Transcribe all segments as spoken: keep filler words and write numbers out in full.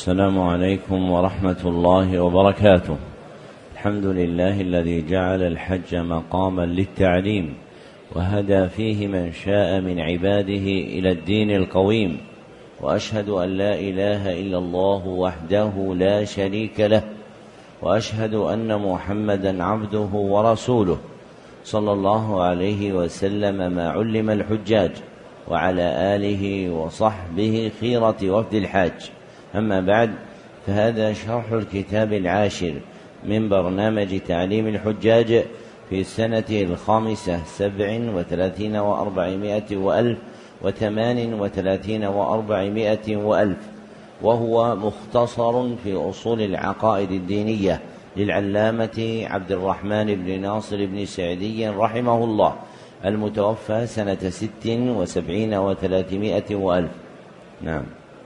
السلام عليكم ورحمة الله وبركاته. الحمد لله الذي جعل الحج مقاما للتعليم وهدى فيه من شاء من عباده إلى الدين القويم، وأشهد أن لا إله إلا الله وحده لا شريك له، وأشهد أن محمدا عبده ورسوله صلى الله عليه وسلم ما علم الحجاج، وعلى آله وصحبه خيرة وفد الحاج. أما بعد، فهذا شرح الكتاب العاشر من برنامج تعليم الحجاج في السنة الخامسة سبع وثلاثين وأربعمائة وألف وثمان وثلاثين وأربعمائة وألف، وهو مختصر في أصول العقائد الدينية للعلامة عبد الرحمن بن ناصر بن سعدي رحمه الله، المتوفى سنة ست وسبعين وثلاثمائة وألف. نعم.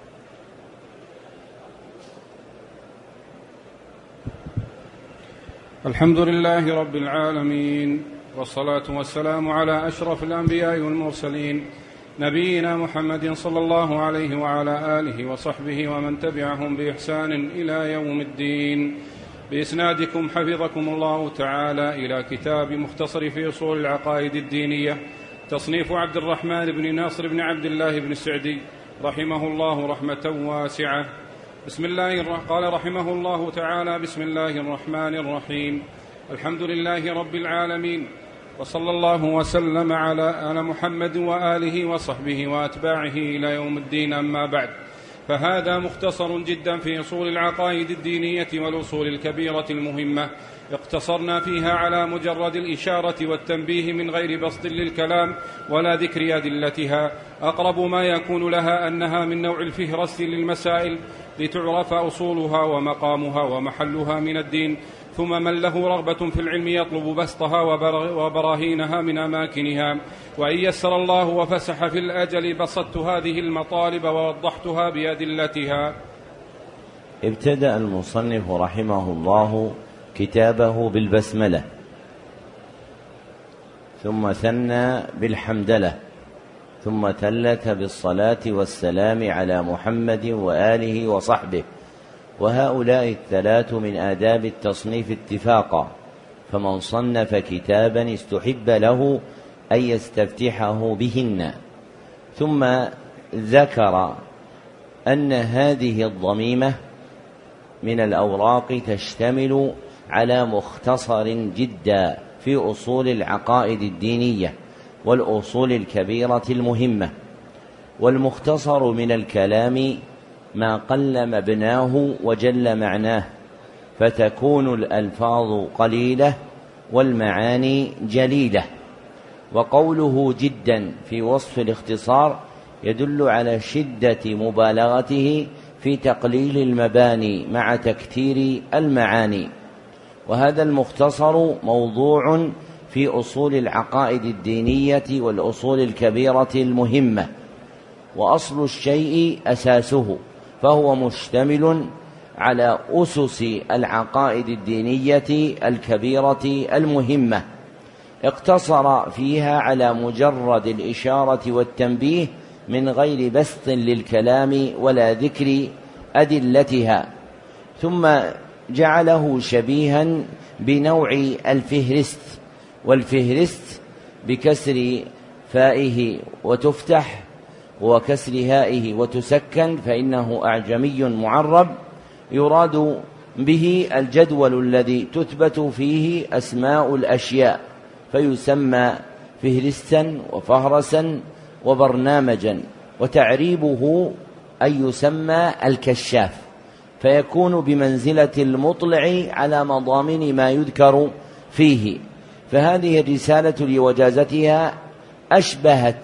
الحمد لله رب العالمين، والصلاة والسلام على أشرف الأنبياء والمرسلين، نبينا محمد صلى الله عليه وعلى آله وصحبه ومن تبعهم بإحسان إلى يوم الدين. بإسنادكم حفظكم الله تعالى إلى كتاب مختصر في أصول العقائد الدينية، تصنيف عبد الرحمن بن ناصر بن عبد الله بن السعدي رحمه الله رحمة واسعة. بسم الله قال رحمه الله تعالى: بسم الله الرحمن الرحيم، الحمد لله رب العالمين، وصلى الله وسلم على محمد وآله وصحبه وأتباعه إلى يوم الدين. أما بعد، فهذا مختصر جدا في أصول العقائد الدينية والأصول الكبيرة المهمة، اقتصرنا فيها على مجرد الإشارة والتنبيه من غير بسط للكلام ولا ذكر أدلتها. أقرب ما يكون لها أنها من نوع الفهرس للمسائل لتعرف أصولها ومقامها ومحلها من الدين، ثم من له رغبة في العلم يطلب بسطها وبراهينها من أماكنها. وإن يسر الله وفسح في الأجل بسطت هذه المطالب ووضحتها بأدلتها. ابتدأ المصنف رحمه الله كتابه بالبسملة، ثم ثنى بالحمدلة، ثم ثلث بالصلاة والسلام على محمد وآله وصحبه، وهؤلاء الثلاث من آداب التصنيف اتفاقا، فمن صنف كتابا استحب له أن يستفتحه بهن. ثم ذكر أن هذه الضميمة من الأوراق تشتمل على مختصر جدا في أصول العقائد الدينية والأصول الكبيرة المهمة. والمختصر من الكلام ما قل مبناه وجل معناه، فتكون الألفاظ قليلة والمعاني جليلة. وقوله جدا في وصف الاختصار يدل على شدة مبالغته في تقليل المباني مع تكثير المعاني. وهذا المختصر موضوع في أصول العقائد الدينية والأصول الكبيرة المهمة، وأصل الشيء أساسه، فهو مشتمل على أسس العقائد الدينية الكبيرة المهمة، اقتصر فيها على مجرد الإشارة والتنبيه من غير بسط للكلام ولا ذكر أدلتها. ثم جعله شبيها بنوع الفهرست، والفهرست بكسر فائه وتفتح وكسر هائه وتسكن، فإنه أعجمي معرب يراد به الجدول الذي تثبت فيه أسماء الأشياء، فيسمى فهرستا وفهرسا وبرنامجا. وتعريبه أن يسمى الكشاف، فيكون بمنزلة المطلع على مضامن ما يذكر فيه. فهذه الرسالة لوجازتها أشبهت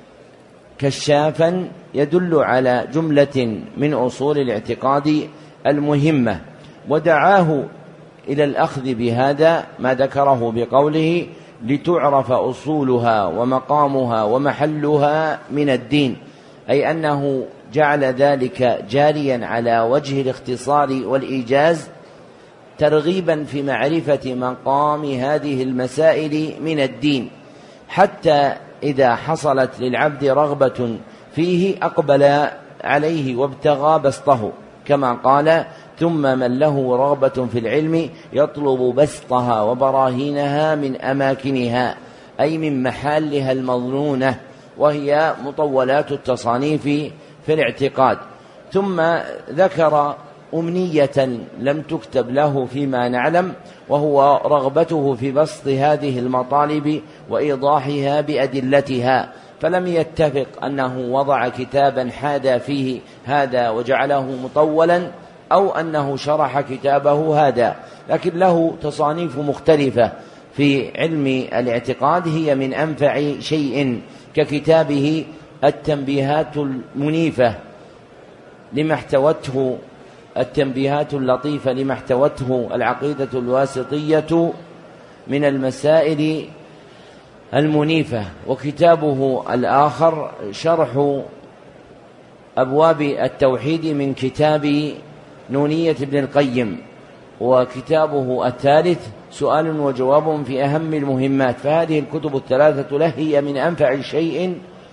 كشافا يدل على جملة من أصول الاعتقاد المهمة، ودعاه إلى الأخذ بهذا ما ذكره بقوله: لتعرف أصولها ومقامها ومحلها من الدين، أي أنه جعل ذلك جاريا على وجه الاختصار والإيجاز ترغيبا في معرفة مقام هذه المسائل من الدين، حتى إذا حصلت للعبد رغبة فيه أقبل عليه وابتغى بسطه. كما قال: ثم من له رغبة في العلم يطلب بسطها وبراهينها من أماكنها، أي من محلها المظنونة، وهي مطولات التصانيف في الاعتقاد. ثم ذكر أمنية لم تكتب له فيما نعلم، وهو رغبته في بسط هذه المطالب وإيضاحها بأدلتها، فلم يتفق أنه وضع كتابا حادى فيه هذا وجعله مطولا، أو أنه شرح كتابه هذا، لكن له تصانيف مختلفة في علم الاعتقاد هي من أنفع شيء، ككتابه التنبيهات المنيفة لما احتوته التنبيهات اللطيفة لما احتوته العقيدة الواسطية من المسائل المنيفة. وكتابه الآخر شرح أبواب التوحيد من كتاب نونية ابن القيم. وكتابه الثالث سؤال وجواب في أهم المهمات. فهذه الكتب الثلاثة له هي من أنفع شيء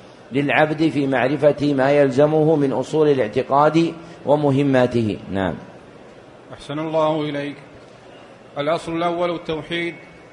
للعبد في معرفة ما يلزمه من أصول الاعتقاد ومهماته. نعم. أحسن الله إليك. الأصل الأول التوحيد.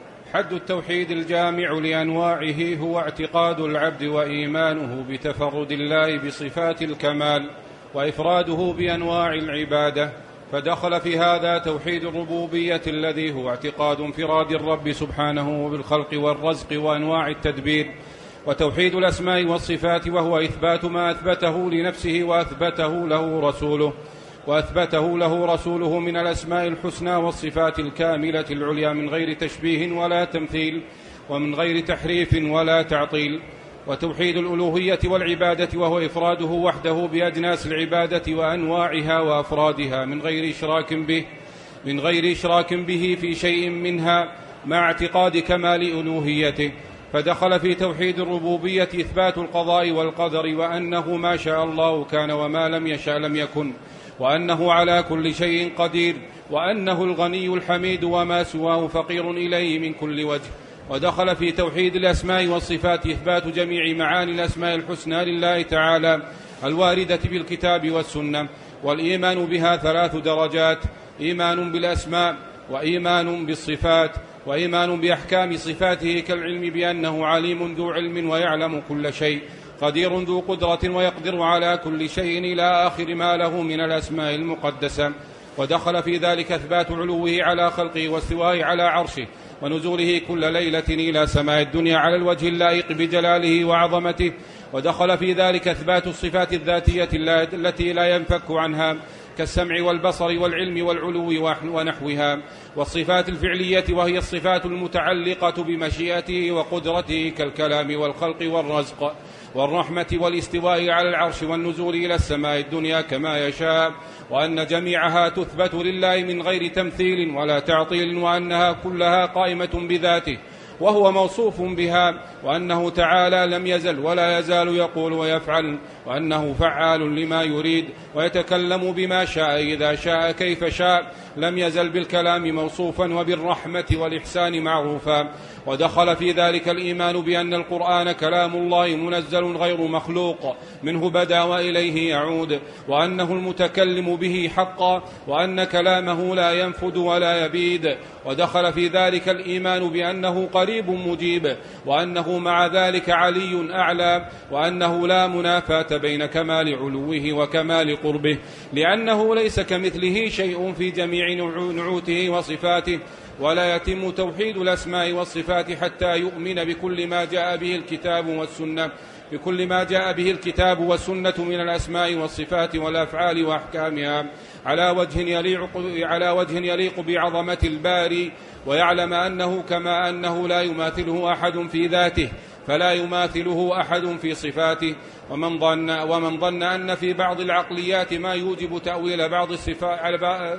حد التوحيد الجامع لأنواعه هو اعتقاد العبد وإيمانه بتفرد الله بصفات الكمال وإفراده بأنواع العبادة، فدخل في هذا توحيد الربوبية الذي هو اعتقاد انفراد الرب سبحانه بالخلق والرزق وأنواع التدبير، وتوحيد الأسماء والصفات وهو إثبات ما أثبته لنفسه وأثبته له رسوله وأثبته له رسوله من الأسماء الحسنى والصفات الكاملة العليا من غير تشبيه ولا تمثيل ومن غير تحريف ولا تعطيل. وتوحيد الألوهية والعبادة وهو إفراده وحده بأجناس العبادة وأنواعها وأفرادها من غير إشراك به من غير إشراك به في شيء منها مع اعتقاد كمال ألوهيته. فدخل في توحيد الربوبية إثبات القضاء والقدر، وأنه ما شاء الله كان وما لم يشاء لم يكن، وأنه على كل شيء قدير، وأنه الغني الحميد وما سواه فقير إليه من كل وجه. ودخل في توحيد الأسماء والصفات إثبات جميع معاني الأسماء الحسنى لله تعالى الواردة بالكتاب والسنة، والإيمان بها ثلاث درجات: إيمان بالأسماء، وإيمان بالصفات، وإيمان بأحكام صفاته كالعلم بأنه عليم ذو علم ويعلم كل شيء، قدير ذو قدرة ويقدر على كل شيء إلى آخر ما له من الأسماء المقدسة. ودخل في ذلك إثبات علوه على خلقه واستوائه على عرشه ونزوله كل ليلة إلى سماء الدنيا على الوجه اللائق بجلاله وعظمته. ودخل في ذلك إثبات الصفات الذاتية التي لا ينفك عنها كالسمع والبصر والعلم والعلو ونحوها، والصفات الفعلية وهي الصفات المتعلقة بمشيئته وقدرته كالكلام والخلق والرزق والرحمة والاستواء على العرش والنزول إلى السماء الدنيا كما يشاء، وأن جميعها تثبت لله من غير تمثيل ولا تعطيل، وأنها كلها قائمة بذاته وهو موصوف بها، وأنه تعالى لم يزل ولا يزال يقول ويفعل، وأنه فعال لما يريد ويتكلم بما شاء إذا شاء كيف شاء، لم يزل بالكلام موصوفا وبالرحمة والإحسان معروفا. ودخل في ذلك الإيمان بأن القرآن كلام الله منزل غير مخلوق منه بدأ وإليه يعود، وأنه المتكلم به حقا، وأن كلامه لا ينفد ولا يبيد. ودخل في ذلك الإيمان بأنه قريب مجيب، وأنه مع ذلك علي أعلى، وأنه لا منافاة بين كمال علوه وكمال قربه، لأنه ليس كمثله شيء في جميع نعوته وصفاته. ولا يتم توحيد الأسماء والصفات حتى يؤمن بكل ما جاء به الكتاب والسنة بكل ما جاء به الكتاب والسنة من الأسماء والصفات والأفعال وأحكامها على وجه يليق, على وجه يليق بعظمة الباري، ويعلم أنه كما أنه لا يماثله أحد في ذاته فلا يماثله أحد في صفاته. ومن ظن, ومن ظن أن في بعض العقليات ما يوجب تأويل بعض الصفات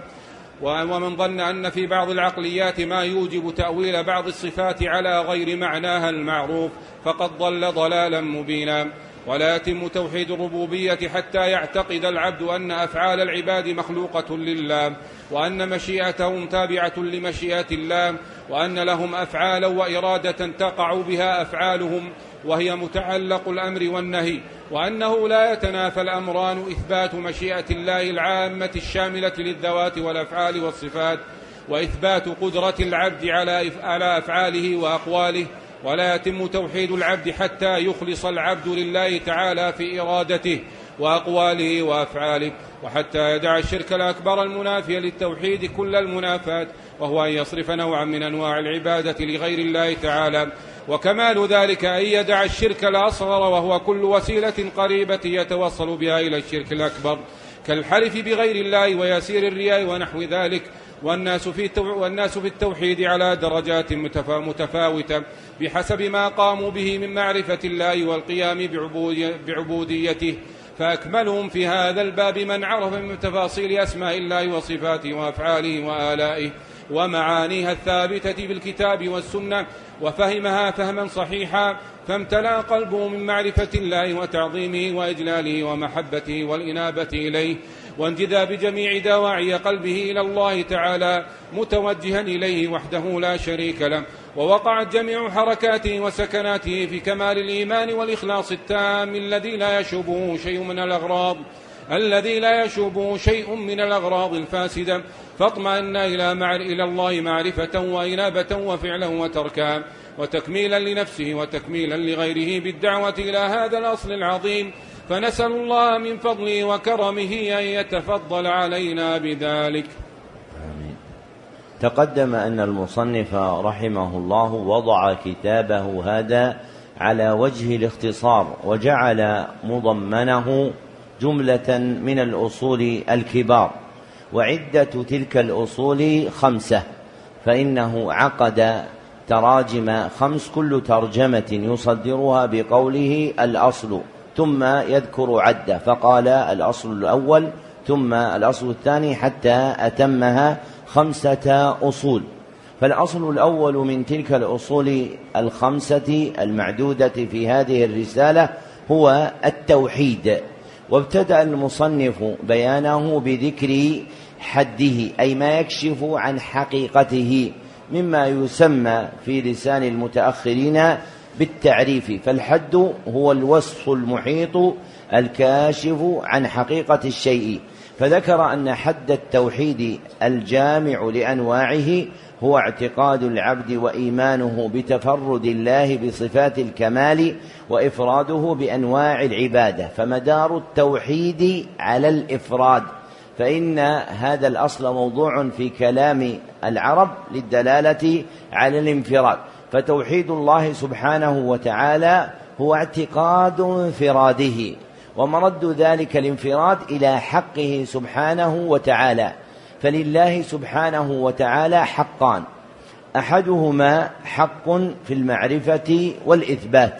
ومن ظن أن في بعض العقليات ما يوجب تأويل بعض الصفات على غير معناها المعروف فقد ضل ضلالا مبينا. ولا يتم توحيد الربوبية حتى يعتقد العبد أن أفعال العباد مخلوقة لله، وأن مشيئتهم تابعة لمشيئة الله، وأن لهم أفعالا وإرادة تقع بها أفعالهم وهي متعلق الأمر والنهي، وأنه لا يتنافى الأمران إثبات مشيئة الله العامة الشاملة للذوات والأفعال والصفات، وإثبات قدرة العبد على أفعاله وأقواله، ولا يتم توحيد العبد حتى يخلص العبد لله تعالى في إرادته وأقواله وأفعاله، وحتى يدع الشرك الأكبر المنافي للتوحيد كل المنافات، وهو أن يصرف نوعا من أنواع العبادة لغير الله تعالى. وكمال ذلك أن يدع الشرك الأصغر، وهو كل وسيلة قريبة يتوصل بها إلى الشرك الأكبر كالحلف بغير الله ويسير الرياء ونحو ذلك. والناس في والناس في التوحيد على درجات متفاوتة بحسب ما قاموا به من معرفة الله والقيام بعبوديته، فأكملهم في هذا الباب من عرف من تفاصيل أسماء الله وصفاته وأفعاله وآلائه ومعانيها الثابتة بالكتاب والسنة، وفهمها فهما صحيحا، فامتلأ قلبه من معرفة الله وتعظيمه وإجلاله ومحبته والإنابة إليه، وانجذاب بجميع دواعي قلبه إلى الله تعالى متوجها إليه وحده لا شريك له، ووقعت جميع حركاته وسكناته في كمال الإيمان والإخلاص التام الذي لا يشوبه شيء من الأغراض الذي لا يشوبه شيء من الأغراض الفاسدة، فاطمئن إلى, مع... إلى الله معرفة وإنابة وفعلا وتركا، وتكميلا لنفسه وتكميلا لغيره بالدعوة إلى هذا الأصل العظيم. فنسأل الله من فضله وكرمه أن يتفضل علينا بذلك. آمين. تقدم أن المصنف رحمه الله وضع كتابه هذا على وجه الاختصار، وجعل مضمنه جملة من الأصول الكبار، وعدة تلك الأصول خمسة، فإنه عقد تراجم خمس كل ترجمة يصدرها بقوله الأصل، ثم يذكر عدة، فقال الأصل الأول ثم الأصل الثاني حتى أتمها خمسة أصول. فالأصل الأول من تلك الأصول الخمسة المعدودة في هذه الرسالة هو التوحيد، وابتدأ المصنف بيانه بذكر حده، أي ما يكشف عن حقيقته، مما يسمى في لسان المتأخرين بالتعريف. فالحد هو الوصف المحيط الكاشف عن حقيقة الشيء، فذكر أن حد التوحيد الجامع لأنواعه هو اعتقاد العبد وإيمانه بتفرد الله بصفات الكمال وإفراده بأنواع العبادة، فمدار التوحيد على الإفراد، فإن هذا الأصل موضوع في كلام العرب للدلالة على الانفراد. فتوحيد الله سبحانه وتعالى هو اعتقاد انفراده، ومرد ذلك الانفراد إلى حقه سبحانه وتعالى. فلله سبحانه وتعالى حقان، أحدهما حق في المعرفة والإثبات،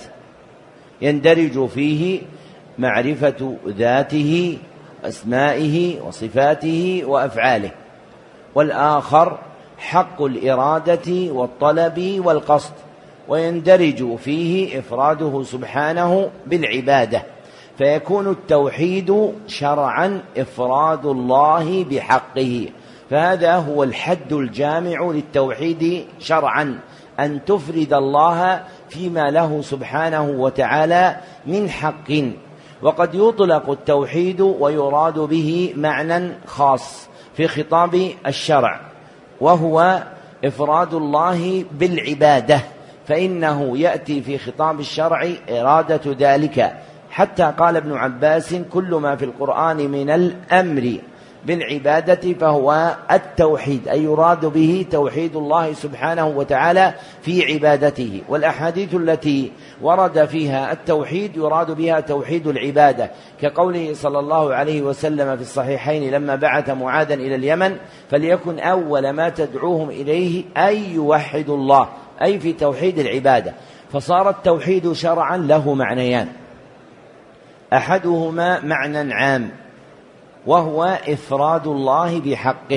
يندرج فيه معرفة ذاته أسمائه وصفاته وأفعاله، والآخر حق الإرادة والطلب والقصد، ويندرج فيه إفراده سبحانه بالعبادة، فيكون التوحيد شرعا إفراد الله بحقه. فهذا هو الحد الجامع للتوحيد شرعا، أن تفرد الله فيما له سبحانه وتعالى من حق. وقد يطلق التوحيد ويراد به معنى خاص في خطاب الشرع، وهو إفراد الله بالعبادة، فإنه يأتي في خطاب الشرع إرادة ذلك، حتى قال ابن عباس: كل ما في القرآن من الأمر بالعبادة فهو التوحيد، أي يراد به توحيد الله سبحانه وتعالى في عبادته. والأحاديث التي ورد فيها التوحيد يراد بها توحيد العبادة، كقوله صلى الله عليه وسلم في الصحيحين لما بعث معاذا إلى اليمن: فليكن أول ما تدعوهم إليه أن يوحدوا الله، أي في توحيد العبادة. فصار التوحيد شرعا له معنيان، أحدهما معنى عام وهو إفراد الله بحقه،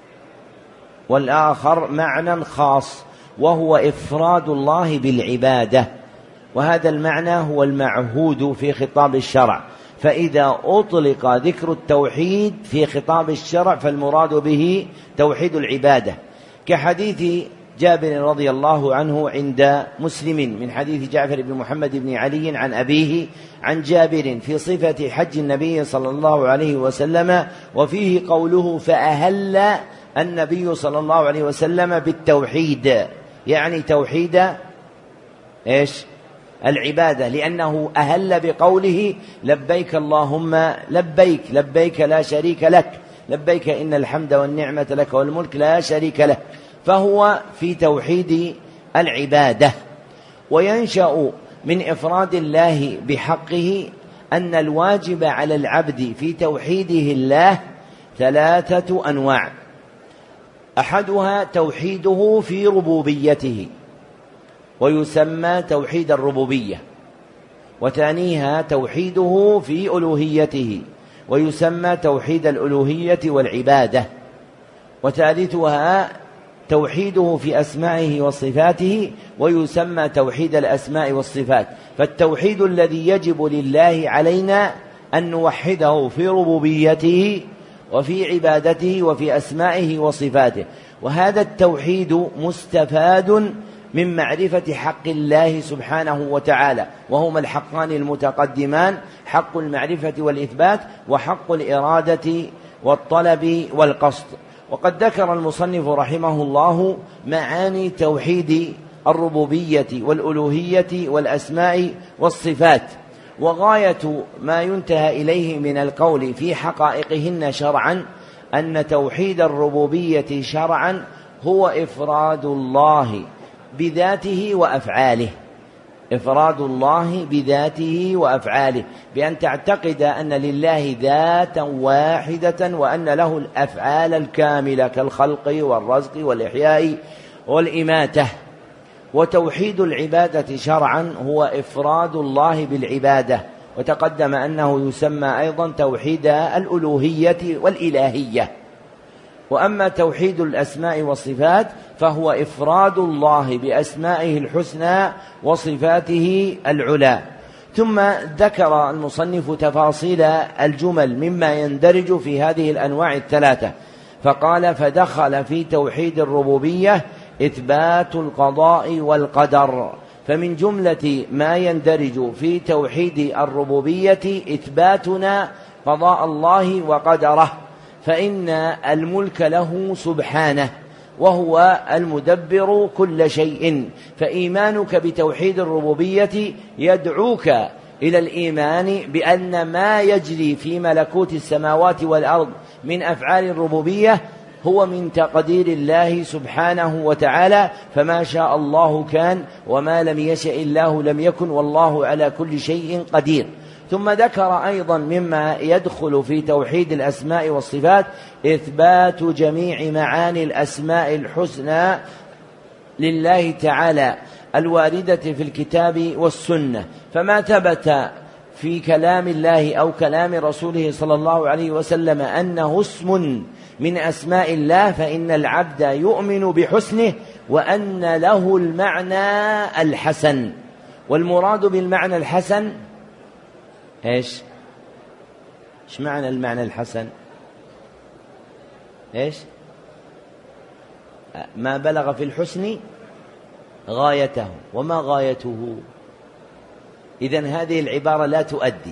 والآخر معنى خاص وهو إفراد الله بالعبادة، وهذا المعنى هو المعهود في خطاب الشرع. فإذا أطلق ذكر التوحيد في خطاب الشرع فالمراد به توحيد العبادة، كحديث جابر رضي الله عنه عند مسلم من حديث جعفر بن محمد بن علي عن أبيه عن جابر في صفة حج النبي صلى الله عليه وسلم، وفيه قوله فأهل النبي صلى الله عليه وسلم بالتوحيد، يعني توحيد إيش؟ العبادة، لأنه أهل بقوله لبيك اللهم لبيك لبيك لا شريك لك لبيك إن الحمد والنعمة لك والملك لا شريك لك، فهو في توحيد العبادة. وينشأ من إفراد الله بحقه أن الواجب على العبد في توحيده الله ثلاثة أنواع: أحدها توحيده في ربوبيته ويسمى توحيد الربوبية، وثانيها توحيده في ألوهيته ويسمى توحيد الألوهية والعبادة، وثالثها توحيده في أسمائه وصفاته ويسمى توحيد الأسماء والصفات. فالتوحيد الذي يجب لله علينا أن نوحده في ربوبيته وفي عبادته وفي أسمائه وصفاته، وهذا التوحيد مستفاد من معرفة حق الله سبحانه وتعالى، وهما الحقان المتقدمان: حق المعرفة والإثبات وحق الإرادة والطلب والقصد. وقد ذكر المصنف رحمه الله معاني توحيد الربوبية والألوهية والأسماء والصفات، وغاية ما ينتهى إليه من القول في حقائقهن شرعا أن توحيد الربوبية شرعا هو إفراد الله بذاته وأفعاله، إفراد الله بذاته وأفعاله، بأن تعتقد أن لله ذاتا واحدة وأن له الأفعال الكاملة كالخلق والرزق والإحياء والإماتة. وتوحيد العبادة شرعا هو إفراد الله بالعبادة، وتقدم أنه يسمى أيضا توحيد الألوهية والإلهية. وأما توحيد الأسماء والصفات فهو إفراد الله بأسمائه الحسنى وصفاته العلى. ثم ذكر المصنف تفاصيل الجمل مما يندرج في هذه الأنواع الثلاثة، فقال: فدخل في توحيد الربوبية إثبات القضاء والقدر. فمن جملة ما يندرج في توحيد الربوبية إثباتنا قضاء الله وقدره، فإن الملك له سبحانه وهو المدبر كل شيء، فإيمانك بتوحيد الربوبية يدعوك إلى الإيمان بأن ما يجري في ملكوت السماوات والأرض من أفعال الربوبية هو من تقدير الله سبحانه وتعالى، فما شاء الله كان وما لم يشأ الله لم يكن والله على كل شيء قدير. ثم ذكر أيضا مما يدخل في توحيد الأسماء والصفات إثبات جميع معاني الأسماء الحسنى لله تعالى الواردة في الكتاب والسنة، فما ثبت في كلام الله أو كلام رسوله صلى الله عليه وسلم أنه اسم من أسماء الله فإن العبد يؤمن بحسنه وأن له المعنى الحسن. والمراد بالمعنى الحسن إيش؟ إيش معنى المعنى الحسن؟ إيش؟ ما بلغ في الحسن غايته. وما غايته؟ إذن هذه العبارة لا تؤدي.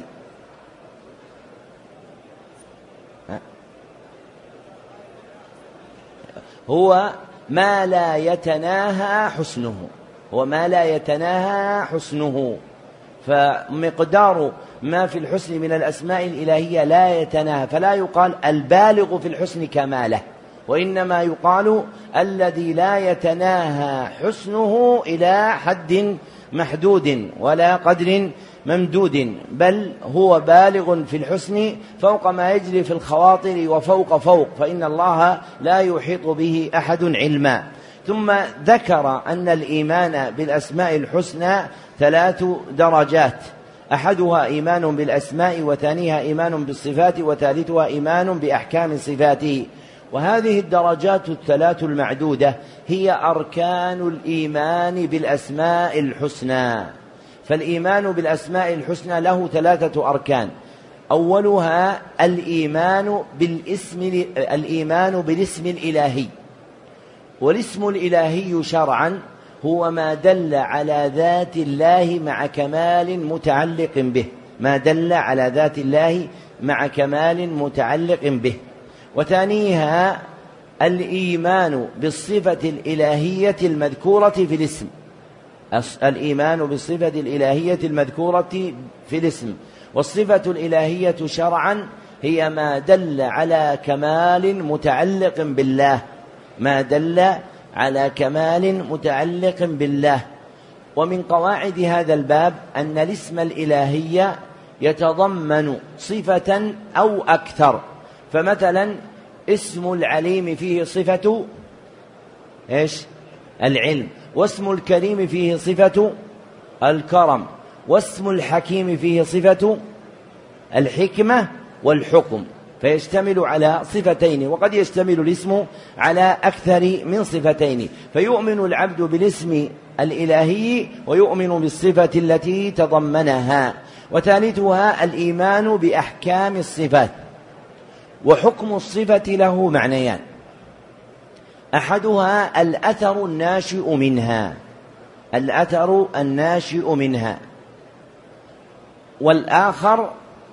هو ما لا يتناهى حسنه، هو ما لا يتناهى حسنه، فمقدار ما في الحسن من الأسماء الإلهية لا يتناهى، فلا يقال البالغ في الحسن كماله، وإنما يقال الذي لا يتناهى حسنه إلى حد محدود ولا قدر ممدود، بل هو بالغ في الحسن فوق ما يجري في الخواطر وفوق فوق، فإن الله لا يحيط به أحد علما. ثم ذكر أن الإيمان بالأسماء الحسنى ثلاث درجات: أحدها إيمان بالأسماء، وثانيها إيمان بالصفات، وثالثها إيمان بأحكام صفاته. وهذه الدرجات الثلاث المعدودة هي أركان الإيمان بالأسماء الحسنى. فالإيمان بالأسماء الحسنى له ثلاثة أركان: أولها الإيمان بالاسم الإيمان بالاسم الإلهي، والاسم الإلهي شرعا هو ما دل على ذات الله مع كمال متعلق به، ما دل على ذات الله مع كمال متعلق به. وثانيها الإيمان بالصفة الإلهية المذكورة في الاسم، الإيمان بالصفة الإلهية المذكورة في الاسم. والصفة الإلهية شرعا هي ما دل على كمال متعلق بالله، ما دل على كمال متعلق بالله. ومن قواعد هذا الباب أن الاسم الإلهي يتضمن صفة أو أكثر. فمثلا اسم العليم فيه صفة إيش؟ العلم، واسم الكريم فيه صفة الكرم، واسم الحكيم فيه صفة الحكمة والحكم، فيشتمل على صفتين. وقد يشتمل الاسم على أكثر من صفتين، فيؤمن العبد بالاسم الإلهي ويؤمن بالصفة التي تضمنها. وثالثها الإيمان بأحكام الصفات. وحكم الصفة له معنيان: أحدها الأثر الناشئ منها، الأثر الناشئ منها، والآخر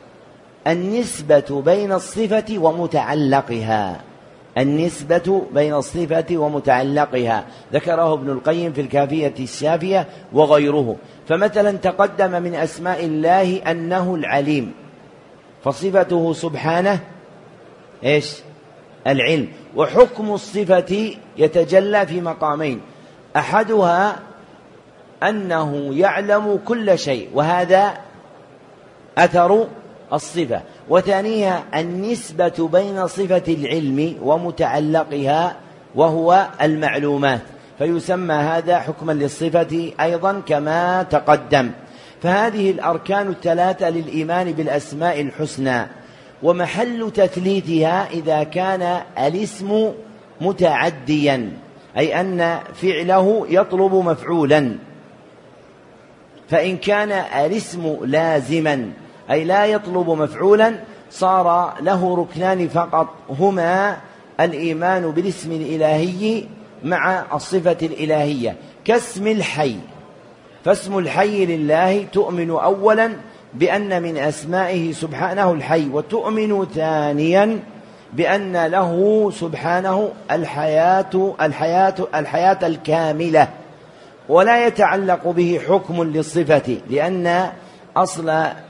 النسبة بين الصفة ومتعلقها، النسبة بين الصفة ومتعلقها، ذكره ابن القيم في الكافية الشافية وغيره. فمثلا تقدم من أسماء الله أنه العليم، فصفته سبحانه إيش؟ العلم. وحكم الصفة يتجلى في مقامين: أحدها أنه يعلم كل شيء، وهذا أثر الصفة. وثانيها النسبة بين صفة العلم ومتعلقها وهو المعلومات، فيسمى هذا حكما للصفة أيضا كما تقدم. فهذه الأركان الثلاثة للإيمان بالأسماء الحسنى. ومحل تثليثها إذا كان الاسم متعديا، أي أن فعله يطلب مفعولا. فإن كان الاسم لازما أي لا يطلب مفعولا صار له ركنان فقط، هما الإيمان بالاسم الإلهي مع الصفة الإلهية، كاسم الحي. فاسم الحي لله تؤمن أولا بأن من أسمائه سبحانه الحي، وتؤمن ثانيا بأن له سبحانه الحياة الحياة الحياة الكاملة، ولا يتعلق به حكم للصفة، لأن أصل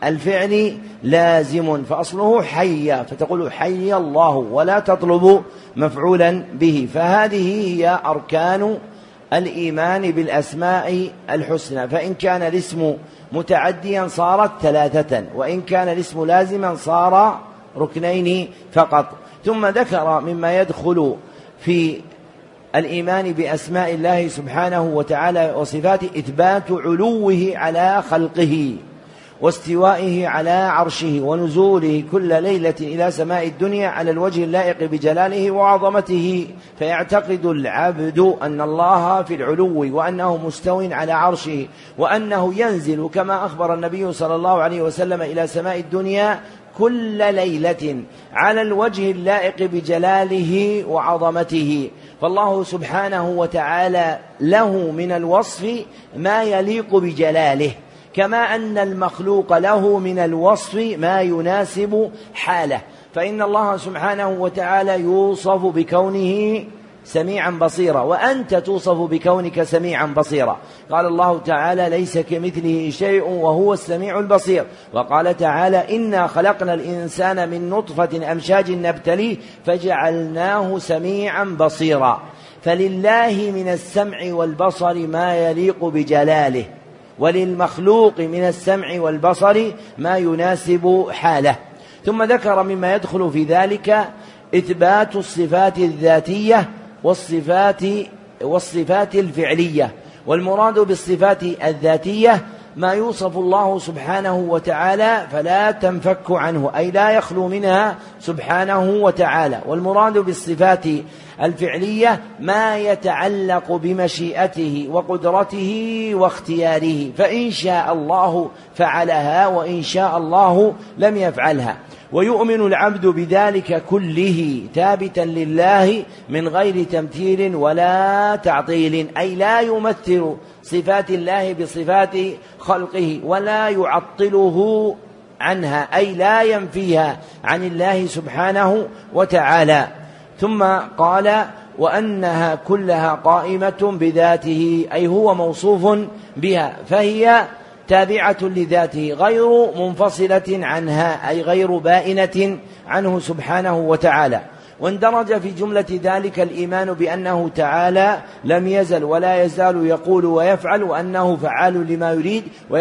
الفعل لازم، فأصله حي، فتقول حي الله ولا تطلب مفعولا به. فهذه هي أركان الإيمان بالأسماء الحسنى. فإن كان الاسم متعديا صارت ثلاثة، وإن كان الاسم لازما صار ركنين فقط. ثم ذكر مما يدخل في الإيمان بأسماء الله سبحانه وتعالى وصفاته إثبات علوه على خلقه، واستوائه على عرشه، ونزوله كل ليلة إلى سماء الدنيا على الوجه اللائق بجلاله وعظمته. فيعتقد العبد أن الله في العلو، وأنه مستو على عرشه، وأنه ينزل كما أخبر النبي صلى الله عليه وسلم إلى سماء الدنيا كل ليلة على الوجه اللائق بجلاله وعظمته. فالله سبحانه وتعالى له من الوصف ما يليق بجلاله، كما أن المخلوق له من الوصف ما يناسب حاله. فإن الله سبحانه وتعالى يوصف بكونه سميعا بصيرا، وأنت توصف بكونك سميعا بصيرا. قال الله تعالى ليس كمثله شيء وهو السميع البصير. وقال تعالى إنا خلقنا الإنسان من نطفة أمشاج نبتليه فجعلناه سميعا بصيرا. فلله من السمع والبصر ما يليق بجلاله، وللمخلوق من السمع والبصر ما يناسب حاله. ثم ذكر مما يدخل في ذلك إثبات الصفات الذاتية والصفات والصفات الفعلية. والمراد بالصفات الذاتية ما يوصف الله سبحانه وتعالى فلا تنفك عنه، أي لا يخلو منها سبحانه وتعالى. والمراد بالصفات الفعلية ما يتعلق بمشيئته وقدرته واختياره، فإن شاء الله فعلها وإن شاء الله لم يفعلها. ويؤمن العبد بذلك كله ثابتا لله من غير تمثيل ولا تعطيل، أي لا يمثل صفات الله بصفات خلقه ولا يعطله عنها، أي لا ينفيها عن الله سبحانه وتعالى. ثم قال وأنها كلها قائمة بذاته، أي هو موصوف بها فهي تابعة لذاته غير منفصلة عنها، أي غير بائنة عنه سبحانه وتعالى. واندرج في جملة ذلك الإيمان بأنه تعالى لم يزل ولا يزال يقول ويفعل، وأنه فعال لما يريد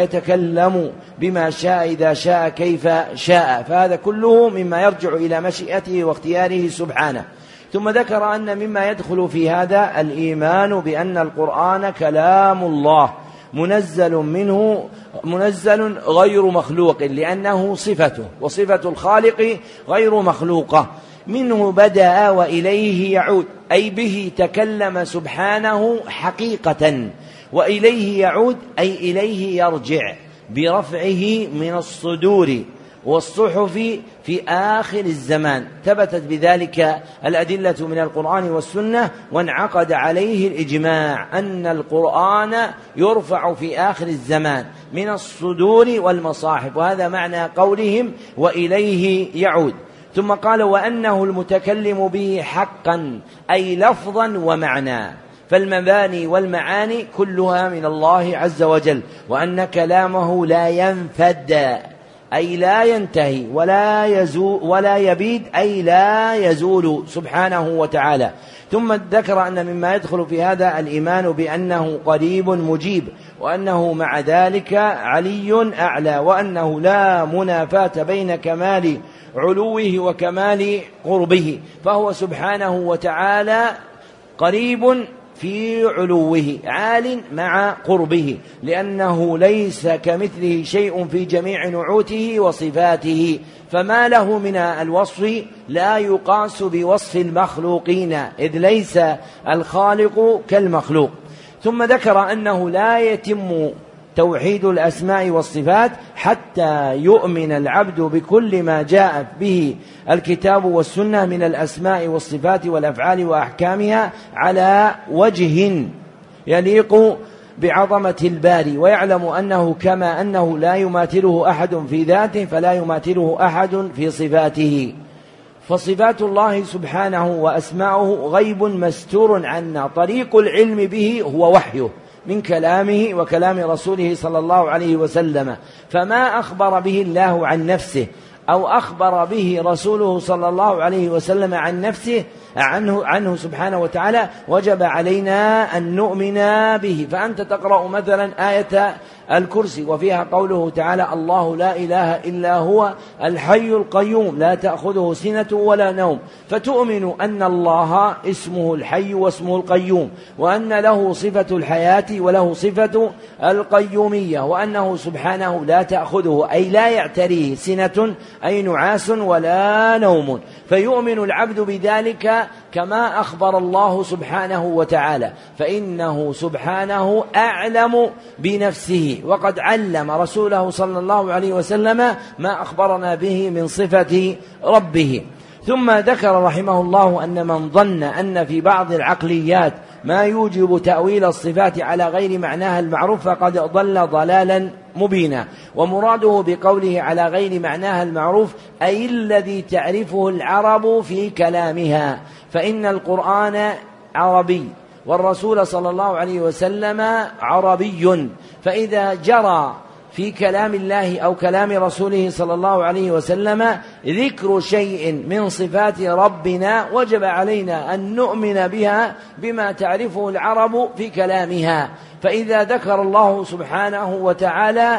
ويتكلم بما شاء إذا شاء كيف شاء، فهذا كله مما يرجع إلى مشيئته واختياره سبحانه. ثم ذكر أن مما يدخل في هذا الإيمان بأن القرآن كلام الله منزل منه منزل غير مخلوق، لأنه صفته، وصفة الخالق غير مخلوقة، منه بدأ وإليه يعود، أي به تكلم سبحانه حقيقة، وإليه يعود أي إليه يرجع برفعه من الصدور والصحف في آخر الزمان. ثبتت بذلك الأدلة من القرآن والسنة، وانعقد عليه الإجماع أن القرآن يرفع في آخر الزمان من الصدور والمصاحف، وهذا معنى قولهم وإليه يعود. ثم قال وأنه المتكلم به حقا، أي لفظا ومعنى، فالمباني والمعاني كلها من الله عز وجل، وأن كلامه لا ينفد، أي لا ينتهي ولا يزول ولا يبيد، أي لا يزول سبحانه وتعالى. ثم ذكر أن مما يدخل في هذا الإيمان بأنه قريب مجيب، وأنه مع ذلك علي أعلى، وأنه لا منافاة بين كمال علوه وكمال قربه، فهو سبحانه وتعالى قريب في علوه عال مع قربه، لأنه ليس كمثله شيء في جميع نعوته وصفاته، فما له من الوصف لا يقاس بوصف المخلوقين، إذ ليس الخالق كالمخلوق. ثم ذكر أنه لا يتم توحيد الأسماء والصفات حتى يؤمن العبد بكل ما جاء به الكتاب والسنة من الأسماء والصفات والأفعال وأحكامها على وجه يليق بعظمة الباري، ويعلم أنه كما أنه لا يماثله أحد في ذاته فلا يماثله أحد في صفاته. فصفات الله سبحانه وأسماؤه غيب مستور عنا، طريق العلم به هو وحيه من كلامه وكلام رسوله صلى الله عليه وسلم، فما أخبر به الله عن نفسه أو أخبر به رسوله صلى الله عليه وسلم عن نفسه عنه, عنه سبحانه وتعالى وجب علينا أن نؤمن به. فأنت تقرأ مثلا آية الكرسي وفيها قوله تعالى الله لا إله إلا هو الحي القيوم لا تأخذه سنة ولا نوم، فتؤمن أن الله اسمه الحي واسمه القيوم، وأن له صفة الحياة وله صفة القيومية، وأنه سبحانه لا تأخذه أي لا يعتريه سنة أي نعاس ولا نوم، فيؤمن العبد بذلك كما أخبر الله سبحانه وتعالى، فإنه سبحانه أعلم بنفسه، وقد علم رسوله صلى الله عليه وسلم ما أخبرنا به من صفة ربه. ثم ذكر رحمه الله أن من ظن أن في بعض العقليات ما يوجب تأويل الصفات على غير معناها المعروف فقد ضل ضلالا مبينا، ومراده بقوله على غير معناها المعروف أي الذي تعرفه العرب في كلامها، فإن القرآن عربي والرسول صلى الله عليه وسلم عربي، فإذا جرى في كلام الله أو كلام رسوله صلى الله عليه وسلم ذكر شيء من صفات ربنا وجب علينا أن نؤمن بها بما تعرفه العرب في كلامها. فإذا ذكر الله سبحانه وتعالى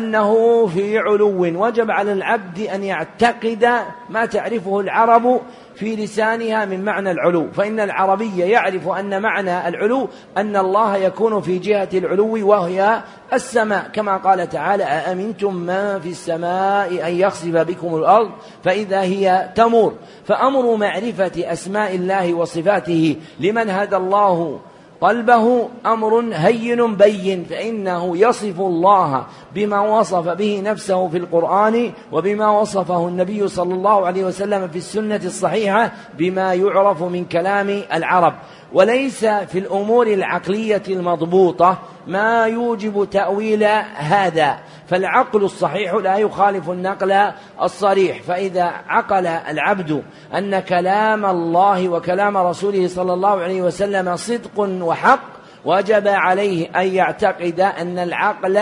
أنه في علو وجب على العبد أن يعتقد ما تعرفه العرب في لسانها من معنى العلو، فإن العربي يعرف أن معنى العلو أن الله يكون في جهة العلو وهي السماء، كما قال تعالى أأمنتم من في السماء أن يخسف بكم الأرض فإذا هي تمور. فأمر معرفة أسماء الله وصفاته لمن هدى الله قلبه أمر هين بين، فإنه يصف الله بما وصف به نفسه في القرآن، وبما وصفه النبي صلى الله عليه وسلم في السنة الصحيحة، بما يعرف من كلام العرب. وليس في الأمور العقلية المضبوطة ما يوجب تأويل هذا، فالعقل الصحيح لا يخالف النقل الصريح. فإذا عقل العبد أن كلام الله وكلام رسوله صلى الله عليه وسلم صدق وحق، وجب عليه أن يعتقد أن العقل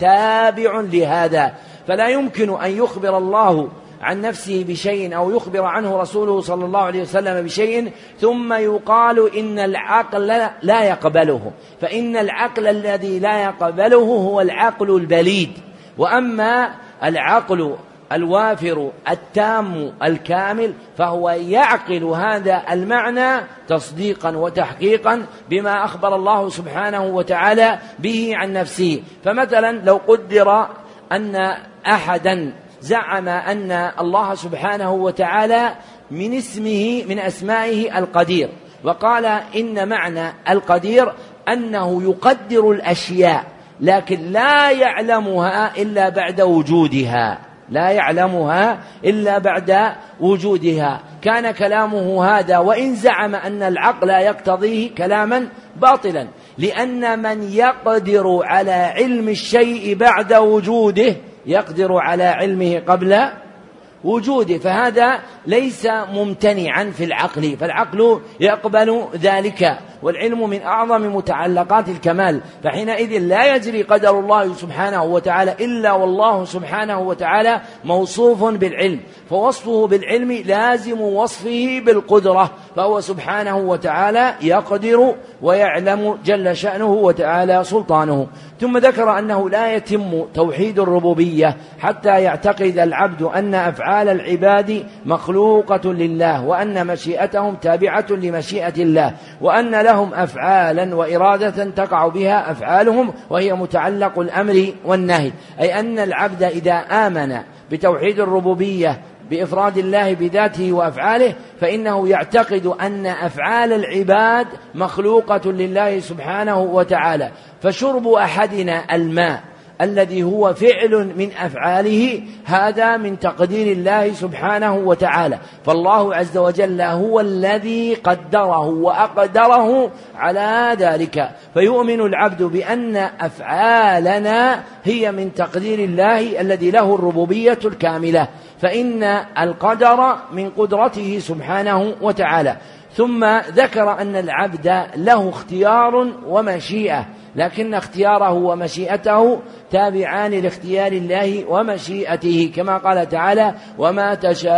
تابع لهذا، فلا يمكن أن يخبر الله عن نفسه بشيء أو يخبر عنه رسوله صلى الله عليه وسلم بشيء ثم يقال إن العقل لا يقبله، فإن العقل الذي لا يقبله هو العقل البليد. وأما العقل الوافر التام الكامل فهو يعقل هذا المعنى تصديقا وتحقيقا بما أخبر الله سبحانه وتعالى به عن نفسه. فمثلا لو قدر أن أحدا زعم أن الله سبحانه وتعالى من اسمه من أسمائه القدير، وقال إن معنى القدير أنه يقدر الأشياء لكن لا يعلمها إلا بعد وجودها، لا يعلمها إلا بعد وجودها، كان كلامه هذا وإن زعم أن العقل يقتضيه كلاما باطلا، لأن من يقدر على علم الشيء بعد وجوده يقدر على علمه قبل وجوده، فهذا ليس ممتنعا في العقل، فالعقل يقبل ذلك، والعلم من أعظم متعلقات الكمال، فحينئذ لا يجري قدر الله سبحانه وتعالى إلا والله سبحانه وتعالى موصوف بالعلم، فوصفه بالعلم لازم وصفه بالقدرة، فهو سبحانه وتعالى يقدر ويعلم جل شأنه وتعالى سلطانه. ثم ذكر أنه لا يتم توحيد الربوبية حتى يعتقد العبد أن أفعال العباد مخلوقة لله، وأن مشيئتهم تابعة لمشيئة الله، وأن لهم أفعالا وإرادة تقع بها أفعالهم وهي متعلق الأمر والنهي، أي أن العبد إذا آمن بتوحيد الربوبية بإفراد الله بذاته وأفعاله فإنه يعتقد أن أفعال العباد مخلوقة لله سبحانه وتعالى، فشرب أحدنا الماء الذي هو فعل من أفعاله هذا من تقدير الله سبحانه وتعالى، فالله عز وجل هو الذي قدره وأقدره على ذلك، فيؤمن العبد بأن أفعالنا هي من تقدير الله الذي له الربوبية الكاملة، فإن القدر من قدرته سبحانه وتعالى. ثم ذكر أن العبد له اختيار ومشيئة، لكن اختياره ومشيئته تابعان لاختيار الله ومشيئته، كما قال تعالى وما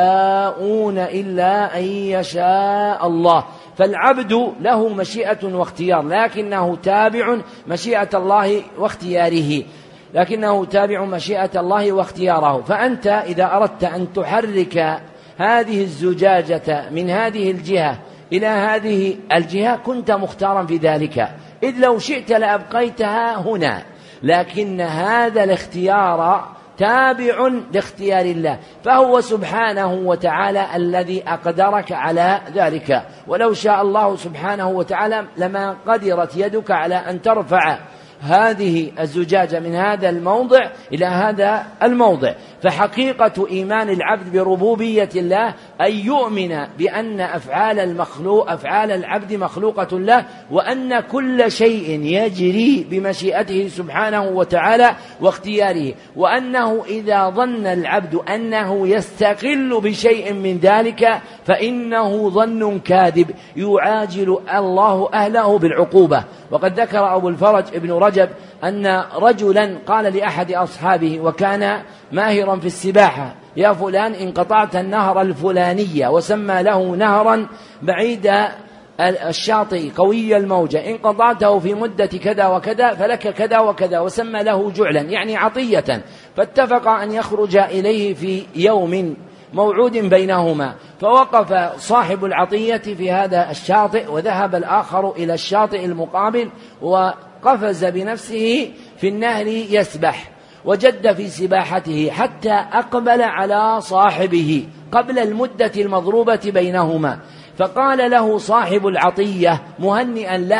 تشاءون إلا أن يشاء الله، فالعبد له مشيئة واختيار لكنه تابع مشيئة الله واختياره لكنه تابع مشيئة الله واختياره. فأنت إذا أردت أن تحرك هذه الزجاجة من هذه الجهة إلى هذه الجهة كنت مختارا في ذلك، إذ لو شئت لأبقيتها هنا، لكن هذا الاختيار تابع لاختيار الله، فهو سبحانه وتعالى الذي أقدرك على ذلك، ولو شاء الله سبحانه وتعالى لما قدرت يدك على أن ترفع هذه الزجاجة من هذا الموضع إلى هذا الموضع. فحقيقة إيمان العبد بربوبية الله أن يؤمن بأن أفعال المخلوق أفعال العبد مخلوقة له، وأن كل شيء يجري بمشيئته سبحانه وتعالى واختياره، وأنه إذا ظن العبد أنه يستقل بشيء من ذلك فإنه ظن كاذب يعاجل الله أهله بالعقوبة. وقد ذكر أبو الفرج ابن رجب أن رجلا قال لأحد أصحابه وكان ماهرا في السباحة يا فلان إن قطعت النهر الفلانية، وسمى له نهرا بعيد الشاطئ قوي الموجة، إن قطعته في مدة كذا وكذا فلك كذا وكذا، وسمى له جعلا يعني عطية، فاتفق أن يخرج إليه في يوم موعود بينهما، فوقف صاحب العطية في هذا الشاطئ وذهب الآخر إلى الشاطئ المقابل وقفز بنفسه في النهر يسبح، وجد في سباحته حتى أقبل على صاحبه قبل المدة المضروبة بينهما، فقال له صاحب العطية مهنئا له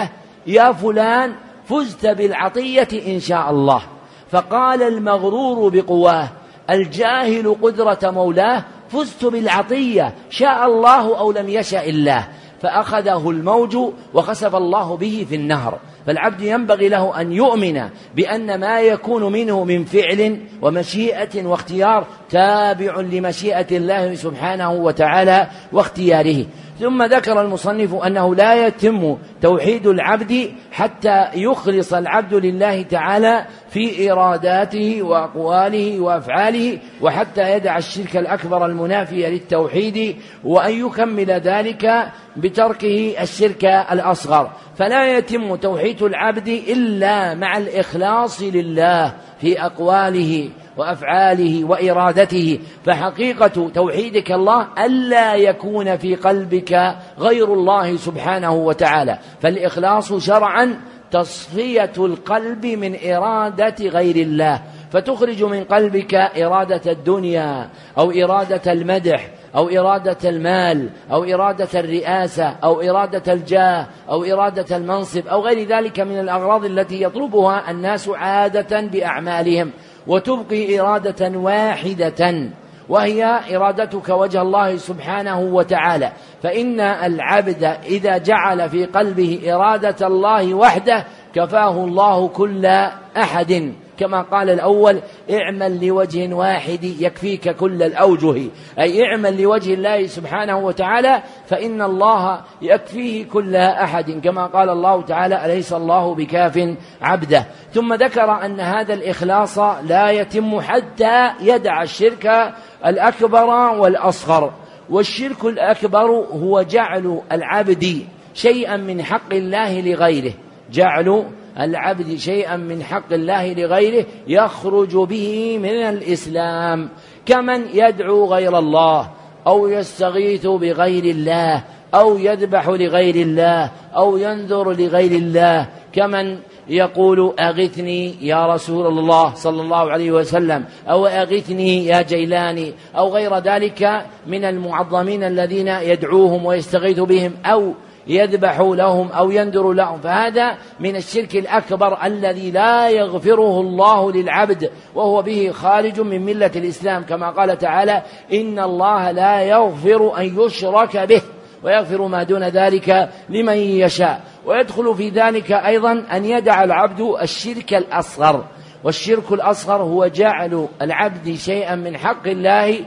يا فلان فزت بالعطية إن شاء الله. فقال المغرور بقواه الجاهل قدرة مولاه فزت بالعطية شاء الله أو لم يشاء الله، فأخذه الموج وخسف الله به في النهر. فالعبد ينبغي له أن يؤمن بأن ما يكون منه من فعل ومشيئة واختيار تابع لمشيئة الله سبحانه وتعالى واختياره. ثم ذكر المصنف أنه لا يتم توحيد العبد حتى يخلص العبد لله تعالى في إراداته وأقواله وأفعاله، وحتى يدع الشرك الأكبر المنافي للتوحيد، وأن يكمل ذلك بتركه الشرك الأصغر. فلا يتم توحيد العبد إلا مع الإخلاص لله في أقواله وأفعاله وإرادته. فحقيقة توحيدك الله ألا يكون في قلبك غير الله سبحانه وتعالى. فالإخلاص شرعا تصفية القلب من إرادة غير الله، فتخرج من قلبك إرادة الدنيا أو إرادة المدح أو إرادة المال أو إرادة الرئاسة أو إرادة الجاه أو إرادة المنصب أو غير ذلك من الأغراض التي يطلبها الناس عادة بأعمالهم، وتبقي إرادة واحدة وهي إرادتك وجه الله سبحانه وتعالى. فإن العبد إذا جعل في قلبه إرادة الله وحده كفاه الله كل أحد، كما قال الأول اعمل لوجه واحد يكفيك كل الأوجه، أي اعمل لوجه الله سبحانه وتعالى فإن الله يكفيه كل أحد، كما قال الله تعالى أليس الله بكاف عبده. ثم ذكر أن هذا الإخلاص لا يتم حتى يدع الشرك الأكبر والأصغر. والشرك الأكبر هو جعل العبد شيئا من حق الله لغيره، جعل العبد شيئا من حق الله لغيره يخرج به من الإسلام، كمن يدعو غير الله أو يستغيث بغير الله أو يذبح لغير الله أو ينذر لغير الله، كمن يقول أغثني يا رسول الله صلى الله عليه وسلم أو أغثني يا جيلاني أو غير ذلك من المعظمين الذين يدعوهم ويستغيث بهم أو يذبح لهم أو ينذر لهم. فهذا من الشرك الأكبر الذي لا يغفره الله للعبد، وهو به خارج من ملة الإسلام، كما قال تعالى إن الله لا يغفر أن يشرك به ويغفر ما دون ذلك لمن يشاء. ويدخل في ذلك أيضا أن يدع العبد الشرك الأصغر. والشرك الأصغر هو جعل العبد شيئا من حق الله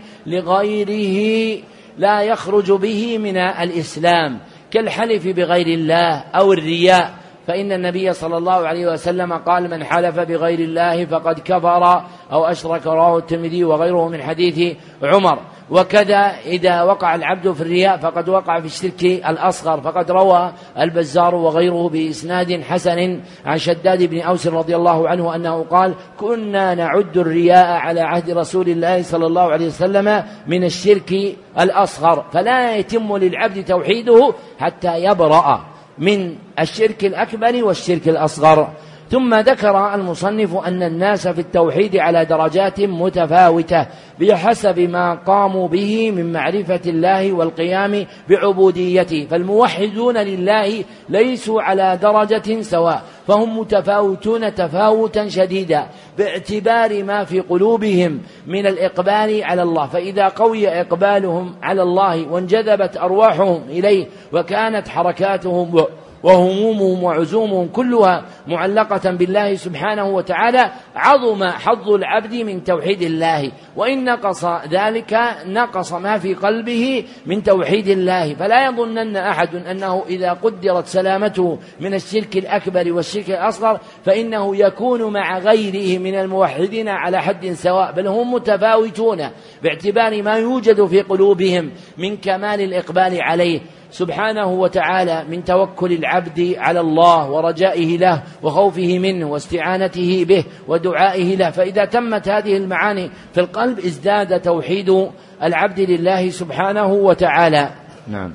لغيره لا يخرج به من الإسلام، كالحلف بغير الله أو الرياء. فإن النبي صلى الله عليه وسلم قال من حلف بغير الله فقد كفر أو أشرك، رواه الترمذي وغيره من حديث عمر. وكذا إذا وقع العبد في الرياء فقد وقع في الشرك الأصغر، فقد روى البزار وغيره بإسناد حسن عن شداد بن أوس رضي الله عنه أنه قال كنا نعد الرياء على عهد رسول الله صلى الله عليه وسلم من الشرك الأصغر. فلا يتم للعبد توحيده حتى يبرأ من الشرك الأكبر والشرك الأصغر. ثم ذكر المصنف أن الناس في التوحيد على درجات متفاوتة بحسب ما قاموا به من معرفة الله والقيام بعبوديته، فالموحدون لله ليسوا على درجة سواء، فهم متفاوتون تفاوتا شديدا باعتبار ما في قلوبهم من الإقبال على الله. فإذا قوي إقبالهم على الله وانجذبت أرواحهم إليه وكانت حركاتهم وهمومهم وعزومهم كلها معلقة بالله سبحانه وتعالى عظم حظ العبد من توحيد الله، وإن نقص ذلك نقص ما في قلبه من توحيد الله. فلا يظنن أحد أنه إذا قدرت سلامته من الشرك الأكبر والشرك الأصغر فإنه يكون مع غيره من الموحدين على حد سواء، بل هم متفاوتون باعتبار ما يوجد في قلوبهم من كمال الإقبال عليه سبحانه وتعالى، من توكل العبد على الله ورجائه له وخوفه منه واستعانته به ودعائه له. فإذا تمت هذه المعاني في القلب ازداد توحيد العبد لله سبحانه وتعالى. نعم.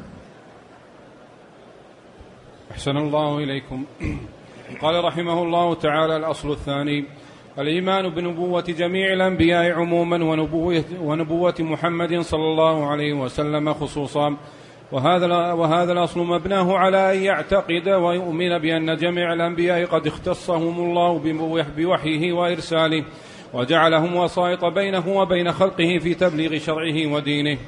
أحسن الله إليكم. قال رحمه الله تعالى الأصل الثاني الإيمان بنبوة جميع الأنبياء عموما ونبوة, ونبوة محمد صلى الله عليه وسلم خصوصا، وهذا, وهذا الأصل مبناه على أن يعتقد ويؤمن بأن جميع الأنبياء قد اختصهم الله بوحيه وإرساله وجعلهم وسائط بينه وبين خلقه في تبليغ شرعه ودينه،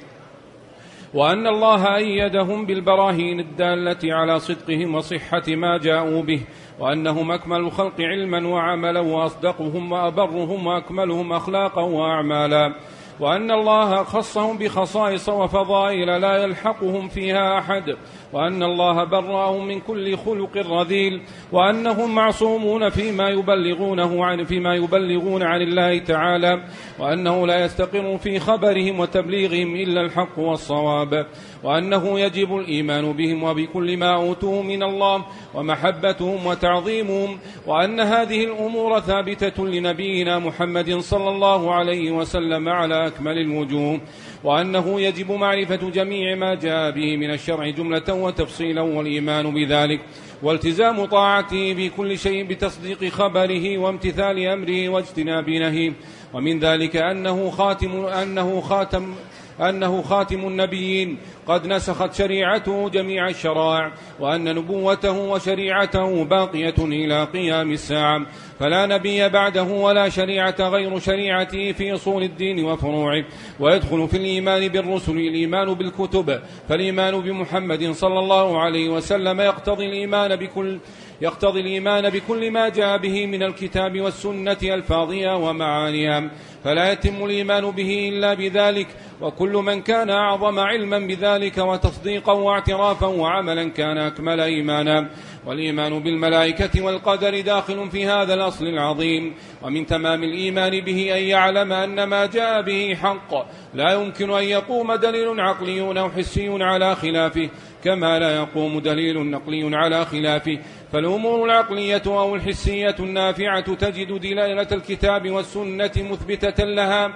وأن الله أيدهم بالبراهين الدالة على صدقهم وصحة ما جاءوا به، وأنهم أكمل الخلق علما وعملا وأصدقهم وأبرهم وأكملهم أخلاقا وأعمالا، وأن الله خصهم بخصائص وفضائل لا يلحقهم فيها أحد، وأن الله برأهم من كل خلق رذيل، وأنهم معصومون فيما يبلغونه عن فيما يبلغون عن الله تعالى، وأنه لا يستقر في خبرهم وتبليغهم إلا الحق والصواب، وأنه يجب الإيمان بهم وبكل ما أوتوه من الله ومحبتهم وتعظيمهم، وأن هذه الأمور ثابتة لنبينا محمد صلى الله عليه وسلم على أكمل الوجوه، وأنه يجب معرفة جميع ما جاء به من الشرع جملة وتفصيلا والإيمان بذلك والتزام طاعته في كل شيء بتصديق خبره وامتثال أمره واجتناب نهيه، ومن ذلك أنه خاتم أنه خاتم أنه خاتم النبيين قد نسخت شريعته جميع الشرائع، وأن نبوته وشريعته باقية إلى قيام الساعة، فلا نبي بعده ولا شريعة غير شريعته في أصول الدين وفروعه. ويدخل في الإيمان بالرسل الإيمان بالكتب، فالإيمان بمحمد صلى الله عليه وسلم يقتضي الإيمان بكل يقتضي الإيمان بكل ما جاء به من الكتاب والسنة ألفاظها ومعانيها، فلا يتم الإيمان به إلا بذلك، وكل من كان أعظم علما بذلك وتصديقا واعترافا وعملا كان أكمل إيمانا. والإيمان بالملائكة والقدر داخل في هذا الأصل العظيم، ومن تمام الإيمان به أن يعلم أن ما جاء به حق، لا يمكن أن يقوم دليل عقلي أو حسي على خلافه، كما لا يقوم دليل نقلي على خلافه، فالأمور العقلية أو الحسية النافعة تجد دلالة الكتاب والسنة مثبتة لها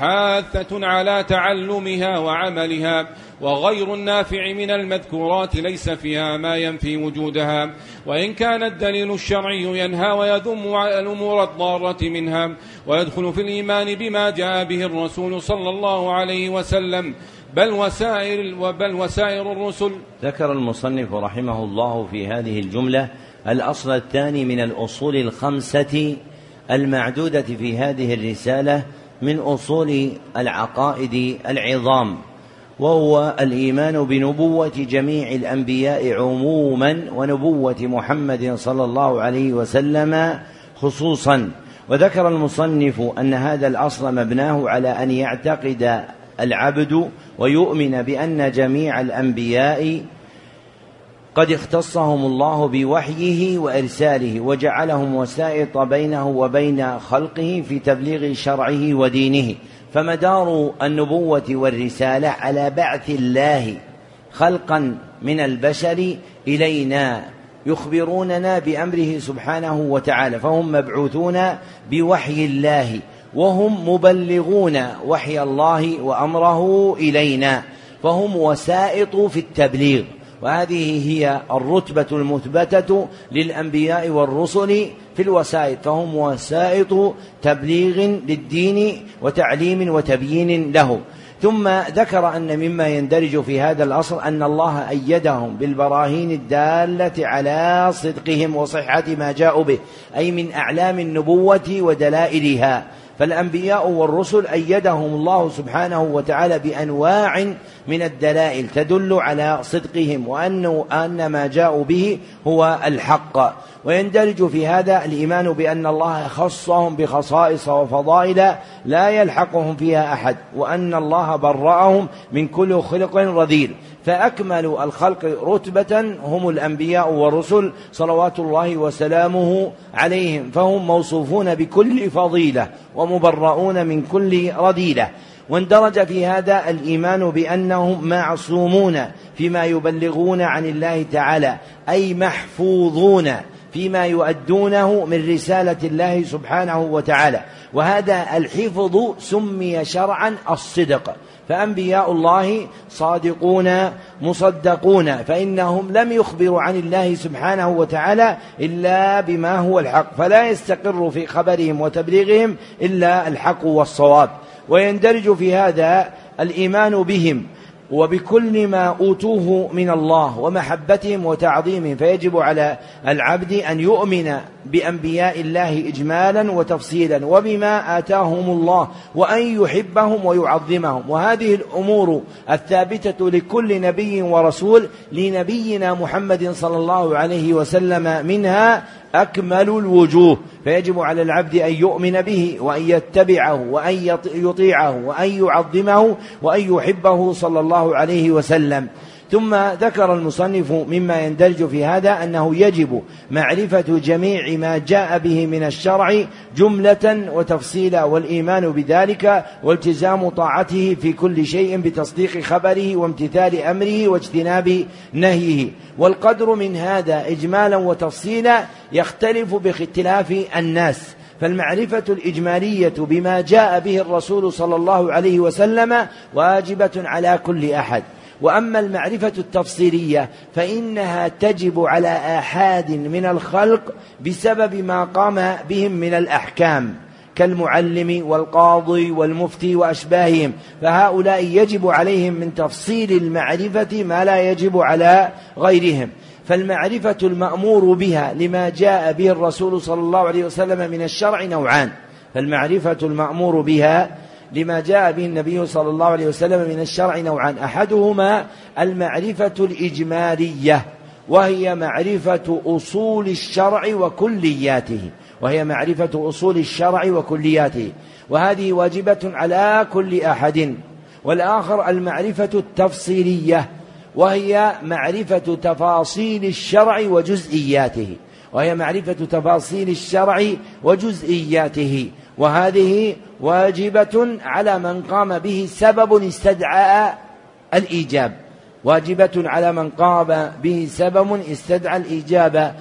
حاثة على تعلمها وعملها، وغير النافع من المذكورات ليس فيها ما ينفي وجودها، وإن كان الدليل الشرعي ينهى ويذم الأمور الضارة منها. ويدخل في الإيمان بما جاء به الرسول صلى الله عليه وسلم بل وسائر, وبل وسائر الرسل. ذكر المصنف رحمه الله في هذه الجملة الأصل الثاني من الأصول الخمسة المعدودة في هذه الرسالة من أصول العقائد العظام، وهو الإيمان بنبوة جميع الأنبياء عموما ونبوة محمد صلى الله عليه وسلم خصوصا. وذكر المصنف أن هذا الأصل مبناه على أن يعتقد العبد ويؤمن بأن جميع الأنبياء قد اختصهم الله بوحيه وإرساله وجعلهم وسائط بينه وبين خلقه في تبليغ شرعه ودينه، فمدار النبوة والرسالة على بعث الله خلقا من البشر إلينا يخبروننا بأمره سبحانه وتعالى، فهم مبعوثون بوحي الله وهم مبلغون وحي الله وأمره إلينا، فهم وسائط في التبليغ. وهذه هي الرتبة المثبتة للأنبياء والرسل في الوسائط، فهم وسائط تبليغ للدين وتعليم وتبيين له. ثم ذكر أن مما يندرج في هذا الأصل أن الله أيدهم بالبراهين الدالة على صدقهم وصحة ما جاءوا به، أي من أعلام النبوة ودلائلها. فالأنبياء والرسل أيدهم الله سبحانه وتعالى بأنواع من الدلائل تدل على صدقهم وأنه أن ما جاءوا به هو الحق. ويندرج في هذا الإيمان بأن الله خصهم بخصائص وفضائل لا يلحقهم فيها أحد، وأن الله برأهم من كل خلق رذيل، فأكمل الخلق رتبة هم الأنبياء والرسل صلوات الله وسلامه عليهم، فهم موصوفون بكل فضيلة ومبرؤون من كل رذيلة. واندرج في هذا الإيمان بأنهم معصومون فيما يبلغون عن الله تعالى، أي محفوظون فيما يؤدونه من رسالة الله سبحانه وتعالى، وهذا الحفظ سمي شرعا الصدق، فأنبياء الله صادقون مصدقون، فإنهم لم يخبروا عن الله سبحانه وتعالى إلا بما هو الحق، فلا يستقر في خبرهم وتبليغهم إلا الحق والصواب. ويندرج في هذا الإيمان بهم وبكل ما أوتوه من الله ومحبتهم وتعظيمهم، فيجب على العبد أن يؤمن بأنبياء الله إجمالا وتفصيلا وبما آتاهم الله، وأن يحبهم ويعظمهم. وهذه الأمور الثابتة لكل نبي ورسول لنبينا محمد صلى الله عليه وسلم منها أكمل الوجوه، فيجب على العبد أن يؤمن به وأن يتبعه وأن يطيعه وأن يعظمه وأن يحبه صلى الله عليه وسلم. ثم ذكر المصنف مما يندرج في هذا أنه يجب معرفة جميع ما جاء به من الشرع جملة وتفصيلا، والإيمان بذلك والتزام طاعته في كل شيء بتصديق خبره وامتثال أمره واجتناب نهيه. والقدر من هذا إجمالا وتفصيلا يختلف باختلاف الناس، فالمعرفة الإجمالية بما جاء به الرسول صلى الله عليه وسلم واجبة على كل أحد، وأما المعرفة التفصيلية فإنها تجب على آحاد من الخلق بسبب ما قام بهم من الأحكام كالمعلم والقاضي والمفتي وأشباههم، فهؤلاء يجب عليهم من تفصيل المعرفة ما لا يجب على غيرهم. فالمعرفة المأمور بها لما جاء به الرسول صلى الله عليه وسلم من الشرع نوعان، فالمعرفة المأمور بها لما جاء به النبي صلى الله عليه وسلم من الشرع نوعان، أحدهما المعرفة الإجمالية وهي معرفة أصول الشرع وكلياته وهي معرفة أصول الشرع وكلياته وهذه واجبة على كل أحد. والآخر المعرفة التفصيلية وهي معرفة تفاصيل الشرع وجزئياته وهي معرفة تفاصيل الشرع وجزئياته وهذه واجبة على من قام به سبب استدعى الإيجاب واجبة على من قام به سبب استدعى الإيجاب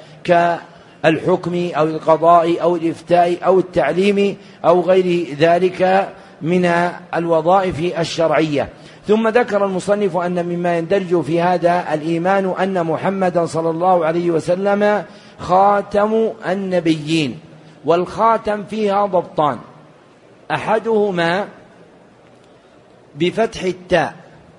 كالحكم أو القضاء أو الإفتاء أو التعليم أو غير ذلك من الوظائف الشرعية. ثم ذكر المصنف أن مما يندرج في هذا الإيمان أن محمدا صلى الله عليه وسلم خاتم النبيين، والخاتم فيها ضبطان، أحدهما بفتح التاء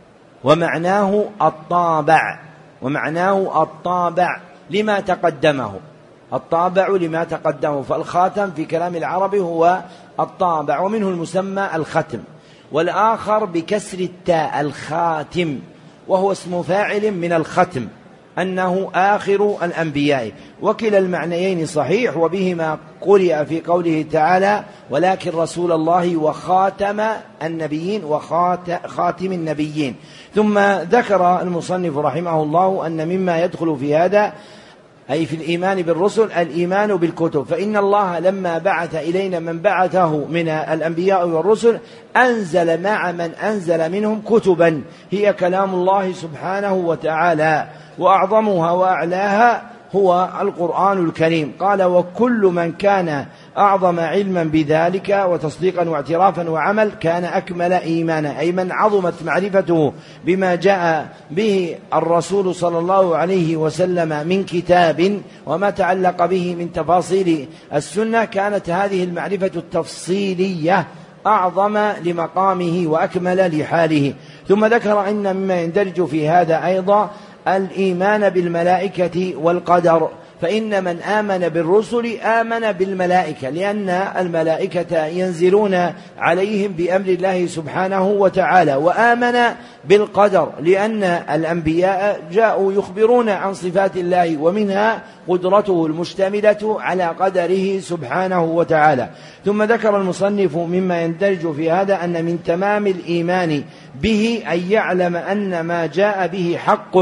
ومعناه الطابع ومعناه الطابع لما تقدمه الطابع لما تقدمه فالخاتم في كلام العرب هو الطابع ومنه المسمى الختم. والآخر بكسر التاء الخاتم وهو اسم فاعل من الختم أنه آخر الأنبياء، وكلا المعنيين صحيح، وبهما قرئ في قوله تعالى ولكن رسول الله وخاتم النبيين وخاتم النبيين. ثم ذكر المصنف رحمه الله أن مما يدخل في هذا أي في الإيمان بالرسل الإيمان بالكتب، فإن الله لما بعث إلينا من بعثه من الأنبياء والرسل أنزل مع من أنزل منهم كتبا هي كلام الله سبحانه وتعالى، وأعظمها وأعلاها هو القرآن الكريم. قال وكل من كان أعظم علما بذلك وتصديقا واعترافا وعمل كان أكمل إيمانا، أي من عظمت معرفته بما جاء به الرسول صلى الله عليه وسلم من كتاب وما تعلق به من تفاصيل السنة كانت هذه المعرفة التفصيلية أعظم لمقامه وأكمل لحاله. ثم ذكر أن مما يندرج في هذا أيضا الإيمان بالملائكة والقدر، فإن من آمن بالرسل آمن بالملائكة لأن الملائكة ينزلون عليهم بأمر الله سبحانه وتعالى، وآمن بالقدر لأن الأنبياء جاءوا يخبرون عن صفات الله ومنها قدرته المشتملة على قدره سبحانه وتعالى. ثم ذكر المصنف مما يندرج في هذا أن من تمام الإيمان به أن يعلم أن ما جاء به حق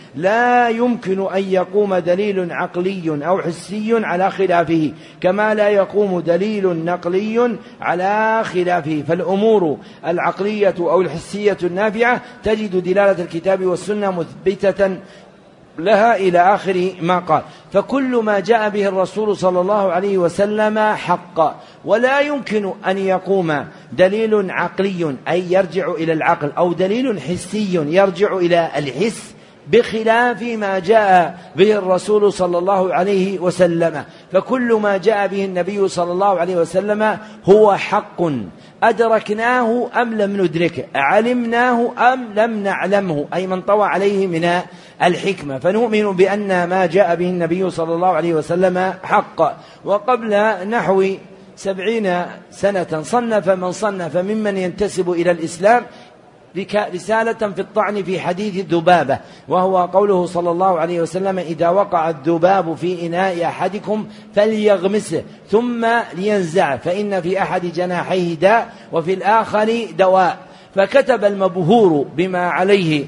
لا يمكن أن يقوم دليل عقلي أو حسي على خلافه كما لا يقوم دليل نقلي على خلافه، فالأمور العقلية أو الحسية النافعة تجد دلالة الكتاب والسنة مثبتة لها إلى آخر ما قال. فكل ما جاء به الرسول صلى الله عليه وسلم حق، ولا يمكن أن يقوم دليل عقلي أي يرجع إلى العقل أو دليل حسي يرجع إلى الحس بخلاف ما جاء به الرسول صلى الله عليه وسلم. فكل ما جاء به النبي صلى الله عليه وسلم هو حق، أدركناه أم لم ندركه، علمناه أم لم نعلمه، أي من طوى عليه من الحكمة. فنؤمن بأن ما جاء به النبي صلى الله عليه وسلم حق. وقبل نحو سبعين سنة صنف من صنف ممن ينتسب إلى الإسلام رسالة في الطعن في حديث الذبابة، وهو قوله صلى الله عليه وسلم: إذا وقع الذباب في إناء أحدكم فليغمسه ثم لينزعه، فإن في أحد جناحيه داء وفي الآخر دواء. فكتب المبهور بما عليه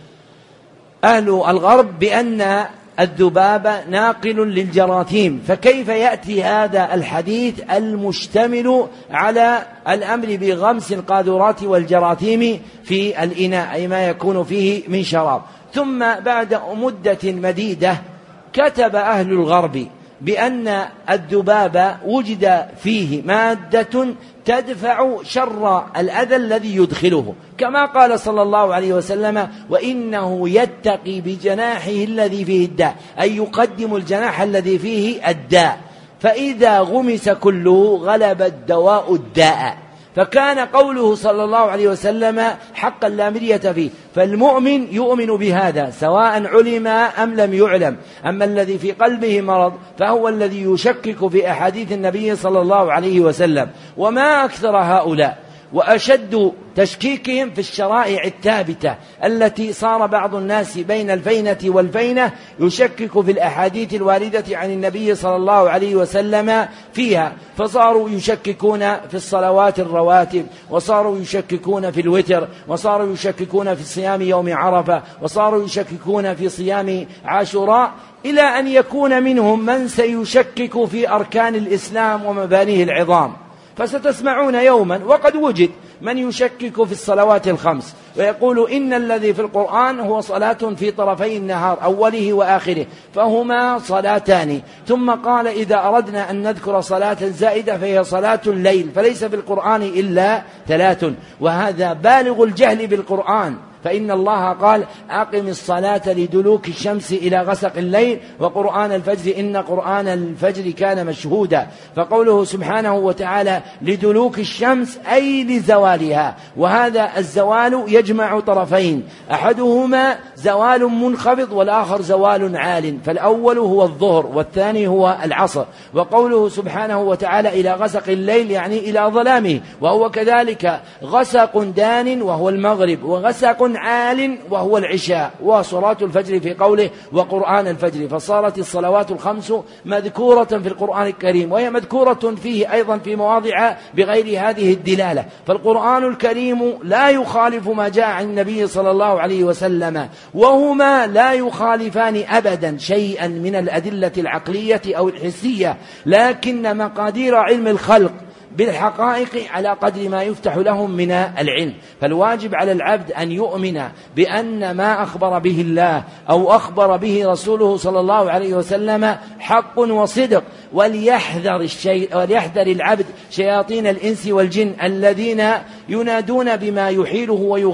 أهل الغرب بأن الذباب ناقل للجراثيم، فكيف يأتي هذا الحديث المشتمل على الأمر بغمس القاذورات والجراثيم في الإناء، أي ما يكون فيه من شراب؟ ثم بعد مدة مديدة كتب أهل الغرب بأن الذباب وجد فيه مادة تدفع شر الأذى الذي يدخله، كما قال صلى الله عليه وسلم: وإنه يتقي بجناحه الذي فيه الداء، أي يقدم الجناح الذي فيه الداء، فإذا غمس كله غلب الدواء الداء. فكان قوله صلى الله عليه وسلم حقا لا مرية فيه. فالمؤمن يؤمن بهذا سواء علم أم لم يعلم. أما الذي في قلبه مرض فهو الذي يشكك في أحاديث النبي صلى الله عليه وسلم. وما أكثر هؤلاء وأشد تشكيكهم في الشرائع الثابتة التي صار بعض الناس بين الفينة والفينة يشكك في الأحاديث الواردة عن النبي صلى الله عليه وسلم فيها، فصاروا يشككون في الصلوات الرواتب، وصاروا يشككون في الوتر، وصاروا يشككون في صيام يوم عرفة، وصاروا يشككون في صيام عاشوراء، إلى أن يكون منهم من سيشكك في أركان الإسلام ومبانيه العظام. فستسمعون يوما وقد وجد من يشكك في الصلوات الخمس ويقول إن الذي في القرآن هو صلاة في طرفي النهار أوله وآخره فهما صلاتان، ثم قال إذا أردنا أن نذكر صلاة زائدة فهي صلاة الليل، فليس في القرآن إلا ثلاث. وهذا بالغ الجهل بالقرآن، فإن الله قال: أقم الصلاة لدلوك الشمس إلى غسق الليل وقرآن الفجر إن قرآن الفجر كان مشهودا. فقوله سبحانه وتعالى لدلوك الشمس أي لزوالها، وهذا الزوال يجمع طرفين، أحدهما زوال منخفض والآخر زوال عال، فالأول هو الظهر والثاني هو العصر. وقوله سبحانه وتعالى إلى غسق الليل يعني إلى ظلامه، وهو كذلك غسق دان وهو المغرب، وغسق عال وهو العشاء، وصلاة الفجر في قوله وقرآن الفجر. فصارت الصلوات الخمس مذكورة في القرآن الكريم، وهي مذكورة فيه أيضا في مواضع بغير هذه الدلالة. فالقرآن الكريم لا يخالف ما جاء عن النبي صلى الله عليه وسلم، وهما لا يخالفان أبدا شيئا من الأدلة العقلية أو الحسية، لكن مقادير علم الخلق بالحقائق على قدر ما يفتح لهم من العلم. فالواجب على العبد أن يؤمن بأن ما أخبر به الله أو أخبر به رسوله صلى الله عليه وسلم حق وصدق. وليحذر, الشيء وليحذر العبد شياطين الإنس والجن الذين ينادون بما يحيله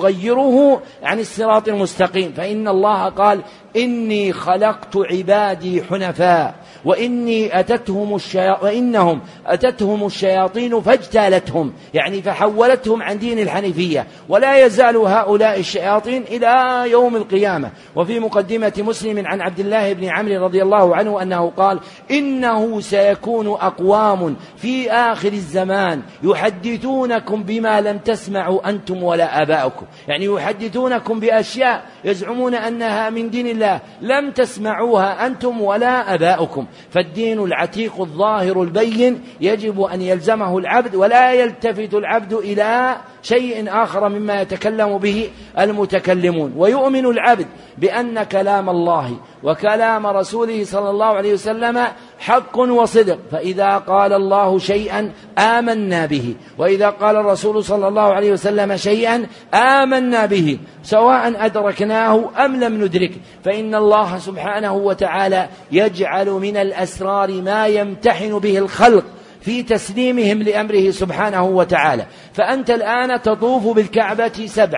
ويغيره عن الصراط المستقيم. فإن الله قال: إني خلقت عبادي حنفاء وإني أتتهم الشيا... وإنهم أتتهم الشياطين فاجتالتهم، يعني فحولتهم عن دين الحنيفية، ولا يزال هؤلاء الشياطين إلى يوم القيامة. وفي مقدمة مسلم عن عبد الله بن عمرو رضي الله عنه أنه قال: إنه سيكون أقوام في آخر الزمان يحدثونكم بما لم تسمعوا أنتم ولا آباؤكم، يعني يحدثونكم بأشياء يزعمون أنها من دين الله لم تسمعوها أنتم ولا آباؤكم. فالدين العتيق الظاهر البين يجب أن يلزمه العبد، ولا يلتفت العبد إلى شيء آخر مما يتكلم به المتكلمون. ويؤمن العبد بأن كلام الله وكلام رسوله صلى الله عليه وسلم حق وصدق، فإذا قال الله شيئا آمنا به، وإذا قال الرسول صلى الله عليه وسلم شيئا آمنا به، سواء أدركناه أم لم ندرك. فإن الله سبحانه وتعالى يجعل من الأسرار ما يمتحن به الخلق في تسليمهم لأمره سبحانه وتعالى. فأنت الآن تطوف بالكعبة سبعا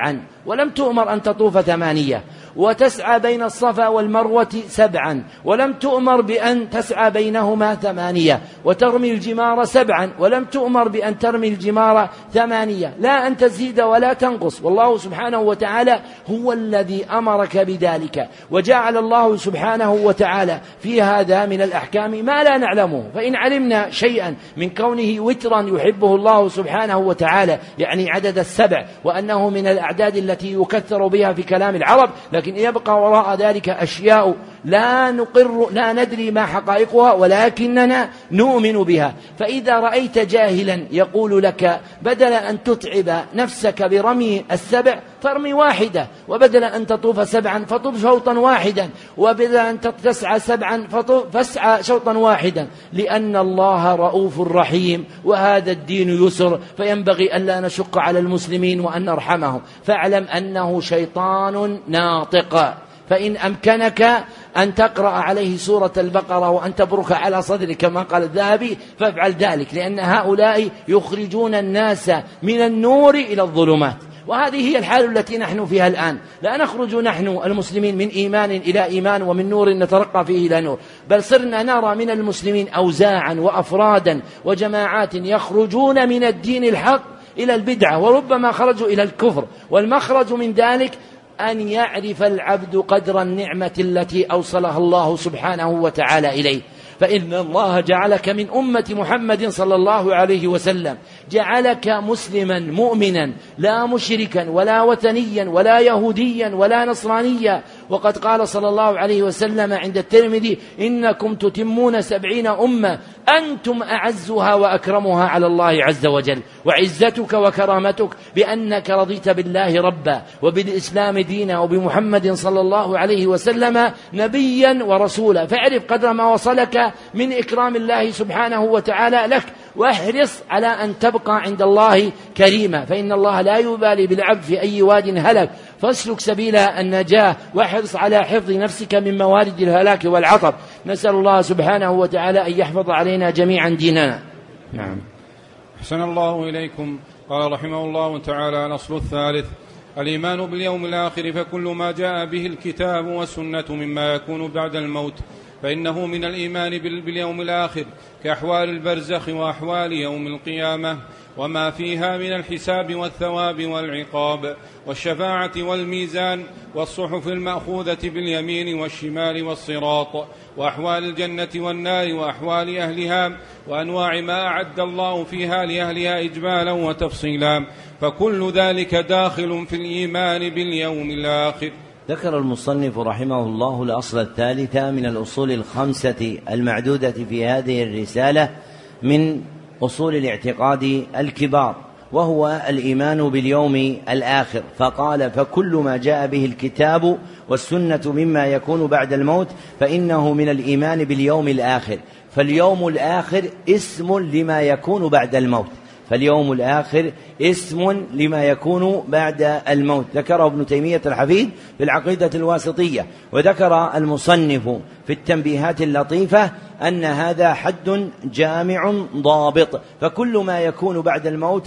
ولم تؤمر أن تطوف ثمانية، وتسعى بين الصفا والمروة سبعا ولم تؤمر بأن تسعى بينهما ثمانية، وترمي الجمار سبعا ولم تؤمر بأن ترمي الجمار ثمانية، لا أن تزيد ولا تنقص. والله سبحانه وتعالى هو الذي أمرك بذلك، وجعل الله سبحانه وتعالى في هذا من الأحكام ما لا نعلمه. فإن علمنا شيئا من كونه وترا يحبه الله سبحانه وتعالى، يعني عدد السبع، وأنه من الأعداد التي يكثر بها في كلام العرب، لكن يبقى وراء ذلك أشياء لا نقر لا ندري ما حقائقها، ولكننا نؤمن بها. فإذا رأيت جاهلا يقول لك بدل أن تتعب نفسك برمي السبع فارمي واحدة، وبدل أن تطوف سبعا فطوف شوطا واحدا، وبدل أن تسعى سبعا فاسعى شوطا واحدا، لأن الله رؤوف رحيم، وهذا الدين يسر، فينبغي ألا نشق على المسلمين وأن نرحمهم. فاعلم أنه شيطان ناطق، فإن أمكنك أن تقرأ عليه سورة البقرة وأن تبرك على صدرك كما قال الذهبي فافعل ذلك، لأن هؤلاء يخرجون الناس من النور إلى الظلمات، وهذه هي الحال التي نحن فيها الآن. لا نخرج نحن المسلمين من إيمان إلى إيمان ومن نور نترقى فيه إلى نور، بل صرنا نرى من المسلمين أوزاعا وأفرادا وجماعات يخرجون من الدين الحق إلى البدعة، وربما خرجوا إلى الكفر. والمخرج من ذلك أن يعرف العبد قدر النعمة التي أوصلها الله سبحانه وتعالى إليه. فإن الله جعلك من أمة محمد صلى الله عليه وسلم، جعلك مسلما مؤمنا لا مشركا ولا وثنيا ولا يهوديا ولا نصرانيا. وقد قال صلى الله عليه وسلم عند الترمذي: إنكم تتمون سبعين أمة أنتم أعزها وأكرمها على الله عز وجل. وعزتك وكرامتك بأنك رضيت بالله ربا وبالإسلام دينا وبمحمد صلى الله عليه وسلم نبيا ورسولا. فاعرف قدر ما وصلك من إكرام الله سبحانه وتعالى لك، واحرص على أن تبقى عند الله كريما، فإن الله لا يبالي بالعبد في أي واد هلك، فاسلك سبيل النجاة، واحرص على حفظ نفسك من موارد الهلاك والعطب. نسأل الله سبحانه وتعالى أن يحفظ علينا جميعا ديننا. نعم. أحسن الله إليكم. قال رحمه الله تعالى: الأصل الثالث الإيمان باليوم الآخر، فكل ما جاء به الكتاب والسنة مما يكون بعد الموت فإنه من الإيمان باليوم الآخر، كأحوال البرزخ وأحوال يوم القيامة وما فيها من الحساب والثواب والعقاب والشفاعة والميزان والصحف المأخوذة باليمين والشمال والصراط، وأحوال الجنة والنار وأحوال أهلها، وأنواع ما أعد الله فيها لأهلها إجمالا وتفصيلا، فكل ذلك داخل في الإيمان باليوم الآخر. ذكر المصنف رحمه الله الأصل الثالث من الأصول الخمسة المعدودة في هذه الرسالة من أصول الاعتقاد الكبار، وهو الإيمان باليوم الآخر. فقال: فكل ما جاء به الكتاب والسنة مما يكون بعد الموت فإنه من الإيمان باليوم الآخر. فاليوم الآخر اسم لما يكون بعد الموت، فاليوم الآخر اسم لما يكون بعد الموت. ذكره ابن تيمية الحفيد في العقيدة الواسطية، وذكر المصنف في التنبيهات اللطيفة أن هذا حد جامع ضابط، فكل ما يكون بعد الموت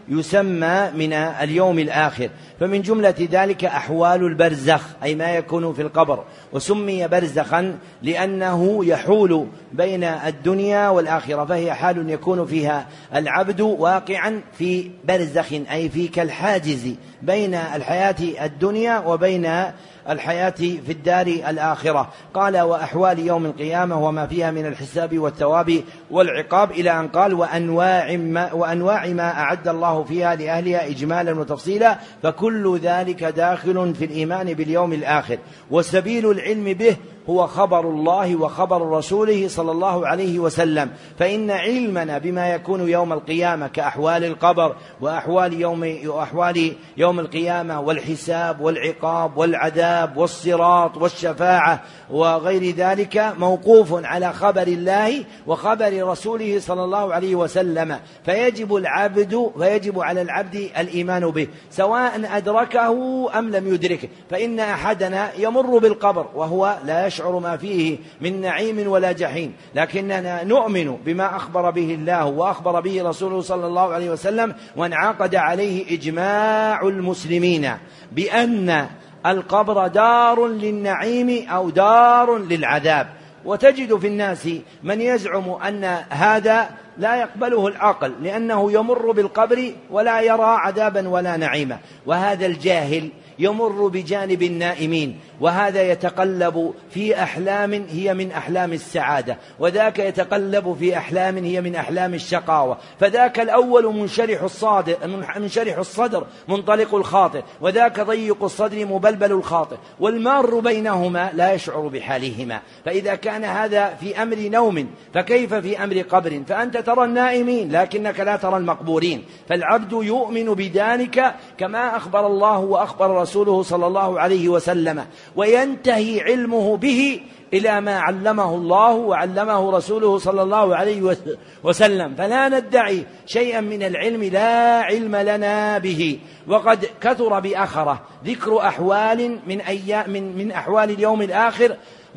يسمى من اليوم الآخر. فمن جملة ذلك أحوال البرزخ، أي ما يكون في القبر، وسمي برزخا لأنه يحول بين الدنيا والآخرة، فهي حال يكون فيها العبد واقعا في برزخ، أي في كالحاجز بين الحياة الدنيا وبين الحياة في الدار الآخرة. قال: وأحوال يوم القيامة وما فيها من الحساب والثواب والعقاب، إلى أن قال: وأنواع ما, وأنواع ما أعد الله فيها لأهلها إجمالا وتفصيلا، فكل ذلك داخل في الإيمان باليوم الآخر. وسبيل العلم به هو خبر الله وخبر رسوله صلى الله عليه وسلم، فإن علمنا بما يكون يوم القيامة كأحوال القبر وأحوال يوم, وأحوال يوم القيامة والحساب والعقاب والعذاب والصراط والشفاعة وغير ذلك موقوف على خبر الله وخبر رسوله صلى الله عليه وسلم، فيجب العبد فيجب على العبد الإيمان به سواء أدركه أم لم يدركه. فإن أحدنا يمر بالقبر وهو لا يشعر ما فيه من نعيم ولا جحيم، لكننا نؤمن بما أخبر به الله وأخبر به رسوله صلى الله عليه وسلم، وانعقد عليه إجماع المسلمين بأن القبر دار للنعيم أو دار للعذاب. وتجد في الناس من يزعم أن هذا لا يقبله العقل، لأنه يمر بالقبر ولا يرى عذابا ولا نعيما، وهذا الجاهل يمر بجانب النائمين، وهذا يتقلب في أحلام هي من أحلام السعادة، وذاك يتقلب في أحلام هي من أحلام الشقاوة، فذاك الأول منشرح الصادر منشرح الصدر منطلق الخاطر، وذاك ضيق الصدر مبلبل الخاطر، والمار بينهما لا يشعر بحالهما. فإذا كان هذا في أمر نوم فكيف في أمر قبر؟ فأنت ترى النائمين لكنك لا ترى المقبورين. فالعبد يؤمن بذلك كما أخبر الله وأخبر رسوله صلى الله عليه وسلم، وينتهي علمه به إلى ما علمه الله وعلمه رسوله صلى الله عليه وسلم. فلا ندعي شيئا من العلم لا علم لنا به. وقد كثر بأخره ذكر أحوال من, أيام من, من أحوال اليوم الآخر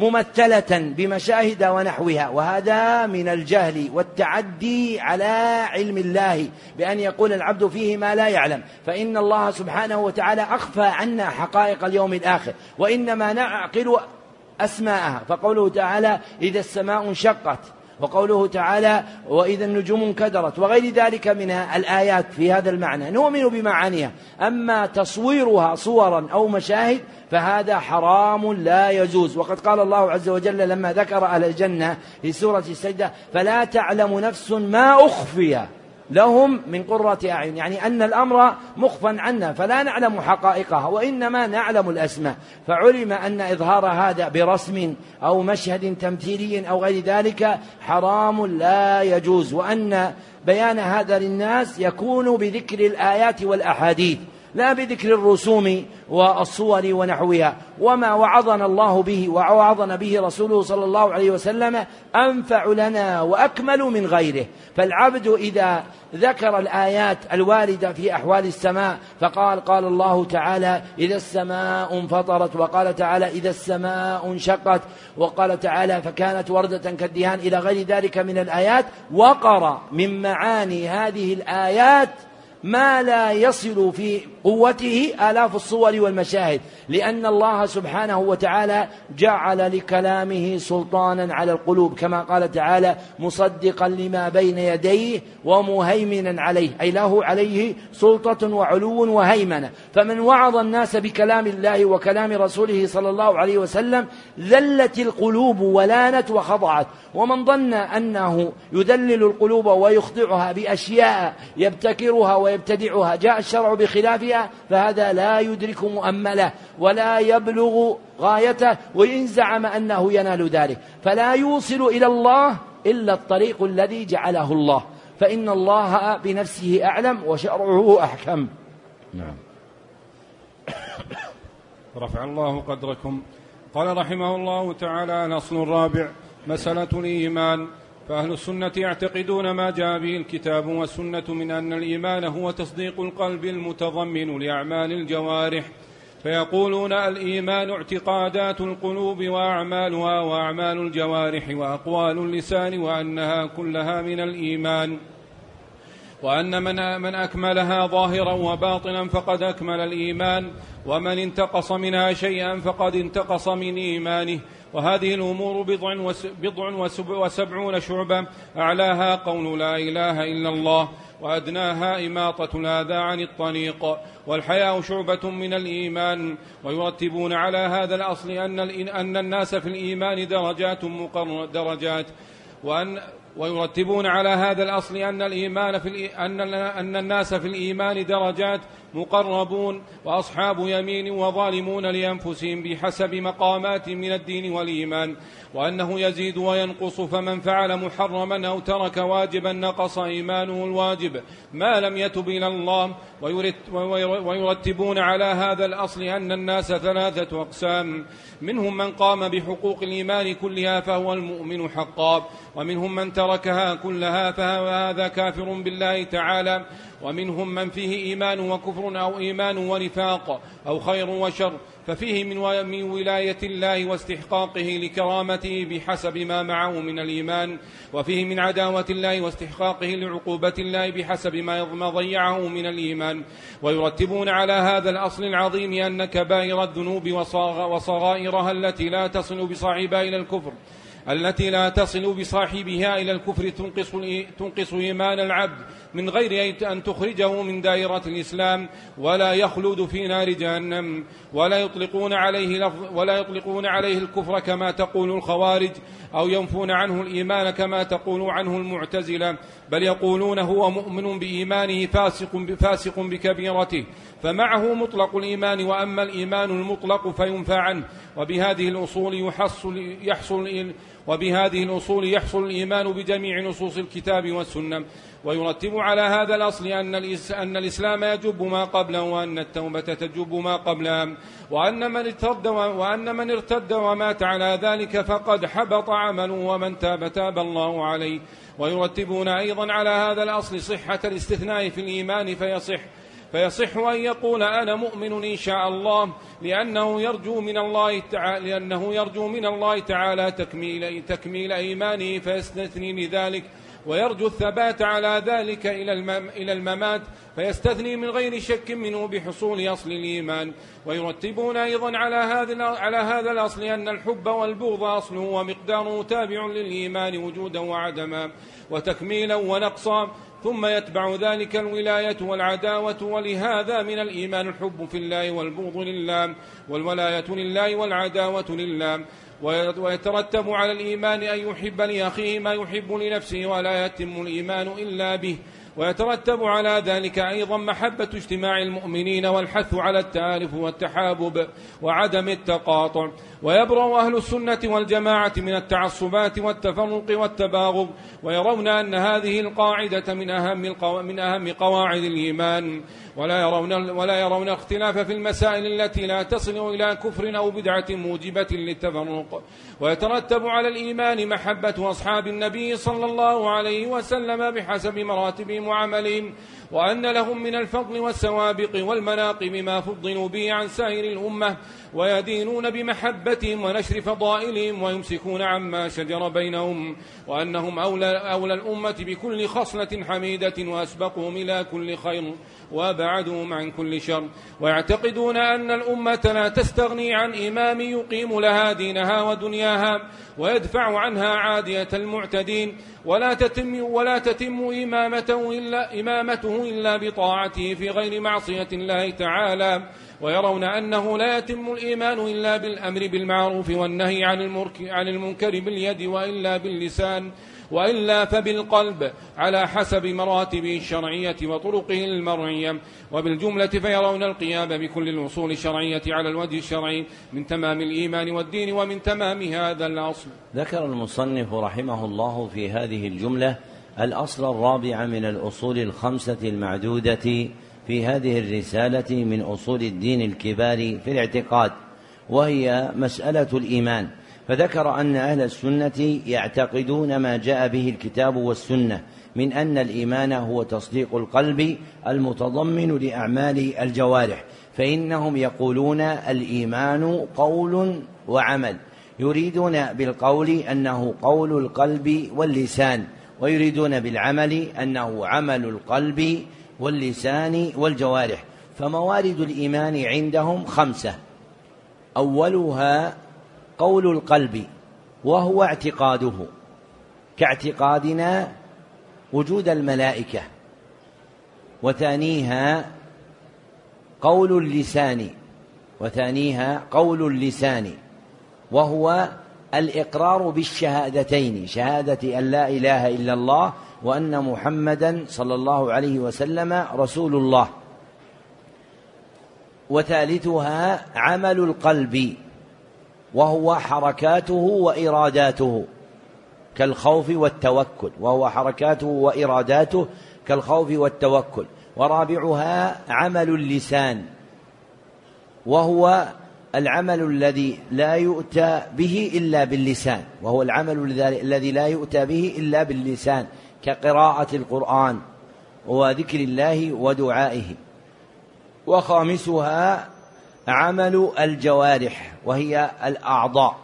ممثلة بمشاهد ونحوها، وهذا من الجهل والتعدي على علم الله بأن يقول العبد فيه ما لا يعلم. فإن الله سبحانه وتعالى أخفى عنا حقائق اليوم الآخر، وإنما نعقل أسماءها. فقوله تعالى إذا السماء انشقت، وقوله تعالى وإذا النجوم انكدرت، وغير ذلك من الآيات في هذا المعنى نؤمن بمعانيها. أما تصويرها صورا أو مشاهد فهذا حرام لا يجوز. وقد قال الله عز وجل لما ذكر أهل الجنة في سورة السجدة فلا تعلم نفس ما أخفي لهم من قرة أعين، يعني أن الأمر مخفى عنا فلا نعلم حقائقها، وإنما نعلم الأسماء. فعلم أن إظهار هذا برسم أو مشهد تمثيلي أو غير ذلك حرام لا يجوز، وأن بيان هذا للناس يكون بذكر الآيات والأحاديث لا بذكر الرسوم والصور ونحوها. وما وعظنا الله به ووعظنا به رسوله صلى الله عليه وسلم أنفع لنا وأكمل من غيره. فالعبد إذا ذكر الآيات الواردة في أحوال السماء فقال قال الله تعالى إذا السماء انفطرت، وقال تعالى إذا السماء انشقت، وقال تعالى فكانت وردة كالدهان إلى غير ذلك من الآيات، وقر من معاني هذه الآيات ما لا يصل في قوته آلاف الصور والمشاهد، لأن الله سبحانه وتعالى جعل لكلامه سلطانا على القلوب، كما قال تعالى مصدقا لما بين يديه ومهيمنا عليه، أي له عليه سلطة وعلو وهيمنة. فمن وعظ الناس بكلام الله وكلام رسوله صلى الله عليه وسلم ذلت القلوب ولانت وخضعت. ومن ظن أنه يذلل القلوب ويخضعها بأشياء يبتكرها ويبتدعها جاء الشرع بخلافها فهذا لا يدرك مؤمله ولا يبلغ غايته، وإن زعم أنه ينال ذلك فلا يوصل إلى الله إلا الطريق الذي جعله الله، فإن الله بنفسه أعلم وشرعه أحكم. نعم. رفع الله قدركم. قال رحمه الله تعالى الأصل الرابع مسألة الإيمان. فأهل السنة يعتقدون ما جاء به الكتاب والسنة من أن الإيمان هو تصديق القلب المتضمن لأعمال الجوارح، فيقولون الإيمان اعتقادات القلوب وأعمالها وأعمال الجوارح وأقوال اللسان، وأنها كلها من الإيمان، وأن من, من أكملها ظاهرا وباطنا فقد أكمل الإيمان، ومن انتقص منها شيئا فقد انتقص من إيمانه. وهذه الأمور بضع, بضع وسبعون شعبة، أعلاها قول لا إله إلا الله، وأدناها إماطة الأذى عن الطريق، والحياء شعبة من الإيمان. ويرتبون على هذا الأصل أن, أن الناس في الإيمان درجات مقرر درجات وأن ويرتبون على هذا الأصل أن الإيمان في أن أن الناس في الإيمان درجات مقربون وأصحاب يمين وظالمون لأنفسهم بحسب مقامات من الدين والإيمان، وأنه يزيد وينقص، فمن فعل محرما أو ترك واجبا نقص إيمانه الواجب ما لم يتب إلى الله. ويرتبون على هذا الأصل أن الناس ثلاثة أقسام، منهم من قام بحقوق الإيمان كلها فهو المؤمن حقا، ومنهم من تركها كلها فهذا كافر بالله تعالى. ومنهم من فيه إيمان وكفر أو إيمان ونفاق أو خير وشر، ففيه من ولاية الله واستحقاقه لكرامته بحسب ما معه من الإيمان، وفيه من عداوة الله واستحقاقه لعقوبة الله بحسب ما ضيعه من الإيمان. ويرتبون على هذا الأصل العظيم أن كبائر الذنوب وصغائرها التي لا تصل بصاحبها إلى الكفر التي لا تصل بصاحبها إلى الكفر تنقص, تنقص إيمان العبد من غير أن تخرجه من دائرة الإسلام، ولا يخلد في نار جهنم، ولا يطلقون عليه, ولا يطلقون عليه الكفر كما تقول الخوارج، أو ينفون عنه الإيمان كما تقول عنه المعتزلة، بل يقولون هو مؤمن بإيمانه فاسق, فاسق بكبيرته، فمعه مطلق الإيمان، وأما الإيمان المطلق فينفى عنه. وبهذه الأصول يحصل, يحصل وبهذه الأصول يحصل الإيمان بجميع نصوص الكتاب والسنة. ويرتب على هذا الأصل أن الإسلام يجب ما قبله، وأن التوبة تجب ما قبلها، وأن من ارتد وأن من ارتد ومات على ذلك فقد حبط عمله، ومن تاب تاب الله عليه. ويرتبون أيضا على هذا الأصل صحة الاستثناء في الإيمان، فيصح فيصح أن يقول أنا مؤمن إن شاء الله، لأنه يرجو من الله تعالى لأنه يرجو من الله تعالى تكميل تكميل إيمانه فيستثني لذلك، ويرجو الثبات على ذلك إلى الممات فيستثني من غير شك منه بحصول أصل الإيمان. ويرتبون أيضا على هذا على هذا الأصل أن الحب والبغض أصله ومقداره تابع للإيمان وجودا وعدما وتكميلا ونقصا، ثم يتبع ذلك الولاية والعداوة. ولهذا من الإيمان الحب في الله والبغض لله، والولاية لله والعداوة لله. ويترتب على الإيمان أن يحب لأخيه ما يحب لنفسه، ولا يتم الإيمان إلا به. ويترتب على ذلك أيضا محبة اجتماع المؤمنين والحث على التآلف والتحابب وعدم التقاطع. ويبرأ أهل السنة والجماعة من التعصبات والتفرق والتباغض، ويرون أن هذه القاعدة من أهم, من أهم قواعد الإيمان، ولا يرون, ولا يرون اختلاف في المسائل التي لا تصل إلى كفر أو بدعة موجبة للتفرق. ويترتب على الإيمان محبة أصحاب النبي صلى الله عليه وسلم بحسب مراتبهم وعملهم، وأن لهم من الفضل والسوابق والمناقب ما فضلوا به عن سائر الأمة، ويدينون بمحبتهم ونشر فضائلهم، ويمسكون عما شجر بينهم، وأنهم أولى, أولى الأمة بكل خصلة حميدة، وأسبقهم إلى كل خير وأبعدهم عن كل شر. ويعتقدون أن الأمة لا تستغني عن إمام يقيم لها دينها ودنياها ويدفع عنها عادية المعتدين، ولا تتم, ولا تتم إمامته إلا, إمامته إلا بطاعته في غير معصية الله تعالى. ويرون أنه لا يتم الإيمان إلا بالأمر بالمعروف والنهي عن المنكر باليد، وإلا باللسان، وإلا فبالقلب على حسب مراتبه الشرعية وطرقه المرعية. وبالجملة فيرون القيام بكل الأصول الشرعية على الوجه الشرعي من تمام الإيمان والدين ومن تمام هذا الأصل. ذكر المصنف رحمه الله في هذه الجملة الأصل الرابع من الأصول الخمسة المعدودة في هذه الرسالة من أصول الدين الكبار في الاعتقاد، وهي مسألة الإيمان. فذكر أن أهل السنة يعتقدون ما جاء به الكتاب والسنة من أن الإيمان هو تصديق القلب المتضمن لأعمال الجوارح، فإنهم يقولون الإيمان قول وعمل، يريدون بالقول أنه قول القلب واللسان، ويريدون بالعمل أنه عمل القلب واللسان والجوارح. فموارد الإيمان عندهم خمسة: أولها قول القلب وهو اعتقاده، كاعتقادنا وجود الملائكة. وثانيها قول اللسان وثانيها قول اللسان وهو الإقرار بالشهادتين، شهادة أن لا إله إلا الله وأن محمدا صلى الله عليه وسلم رسول الله. وثالثها عمل القلب وهو حركاته وإراداته كالخوف والتوكل وهو حركاته وإراداته كالخوف والتوكل. ورابعها عمل اللسان وهو العمل الذي لا يؤتى به إلا باللسان، وهو العمل الذي لا يؤتى به إلا باللسان كقراءة القرآن وذكر الله ودعائه. وخامسها عمل الجوارح وهي الأعضاء،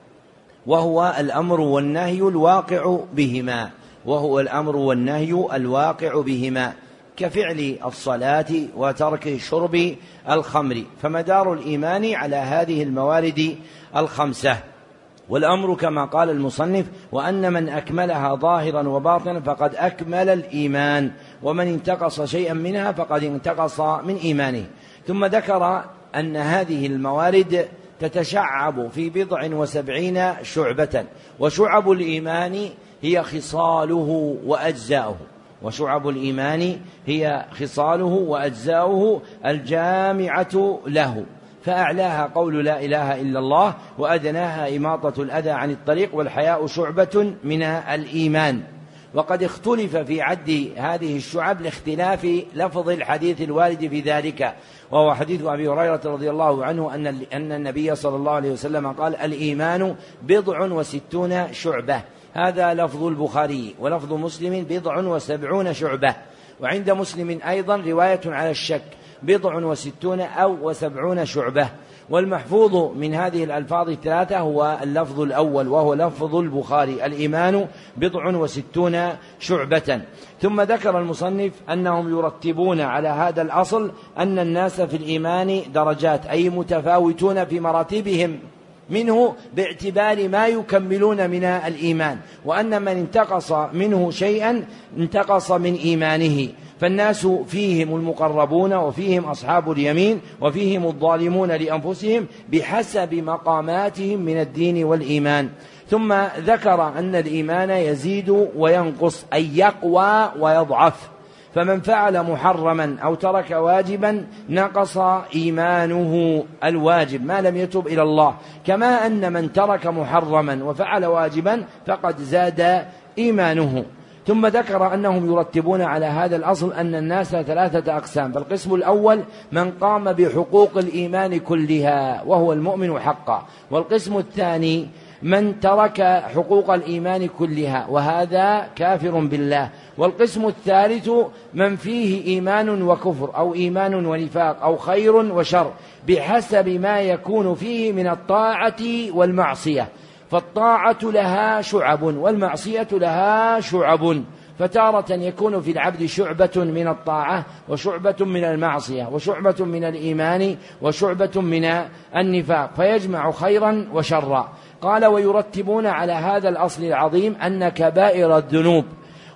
وهو الأمر والنهي الواقع بهما وهو الأمر والنهي الواقع بهما كفعل الصلاة وترك شرب الخمر. فمدار الإيمان على هذه الموارد الخمسة. والأمر كما قال المصنف: وأن من أكملها ظاهرا وباطنا فقد أكمل الإيمان، ومن انتقص شيئا منها فقد انتقص من إيمانه. ثم ذكر أن هذه الموارد تتشعب في بضع وسبعين شعبة، وشعب الإيمان هي خصاله وأجزاؤه وشعب الإيمان هي خصاله وأجزاؤه الجامعة له. فأعلاها قول لا إله إلا الله، وأدناها إماطة الأذى عن الطريق، والحياء شعبة من الإيمان. وقد اختلف في عد هذه الشعب لاختلاف لفظ الحديث الوارد في ذلك، وهو حديث أبي هريرة رضي الله عنه أن أن النبي صلى الله عليه وسلم قال: الإيمان بضع وستون شعبة. هذا لفظ البخاري، ولفظ مسلم بضع وسبعون شعبة. وعند مسلم أيضا رواية على الشك: بضع وستون أو وسبعون شعبة. والمحفوظ من هذه الألفاظ الثلاثة هو اللفظ الأول، وهو لفظ البخاري: الإيمان بضع وستون شعبة. ثم ذكر المصنف أنهم يرتبون على هذا الأصل أن الناس في الإيمان درجات، أي متفاوتون في مراتبهم منه باعتبار ما يكملون من الإيمان، وأن من انتقص منه شيئا انتقص من إيمانه. فالناس فيهم المقربون، وفيهم أصحاب اليمين، وفيهم الظالمون لأنفسهم بحسب مقاماتهم من الدين والإيمان. ثم ذكر أن الإيمان يزيد وينقص، أي يقوى ويضعف. فمن فعل محرما أو ترك واجبا نقص إيمانه الواجب ما لم يتب إلى الله، كما أن من ترك محرما وفعل واجبا فقد زاد إيمانه. ثم ذكر أنهم يرتبون على هذا الأصل أن الناس ثلاثة أقسام. فالقسم الأول من قام بحقوق الإيمان كلها وهو المؤمن حقا، والقسم الثاني من ترك حقوق الإيمان كلها وهذا كافر بالله، والقسم الثالث من فيه إيمان وكفر أو إيمان ونفاق أو خير وشر بحسب ما يكون فيه من الطاعة والمعصية. فالطاعة لها شعب والمعصية لها شعب، فتارة يكون في العبد شعبة من الطاعة وشعبة من المعصية وشعبة من الإيمان وشعبة من النفاق، فيجمع خيرا وشرا. قال: ويرتبون على هذا الأصل العظيم أن كبائر الذنوب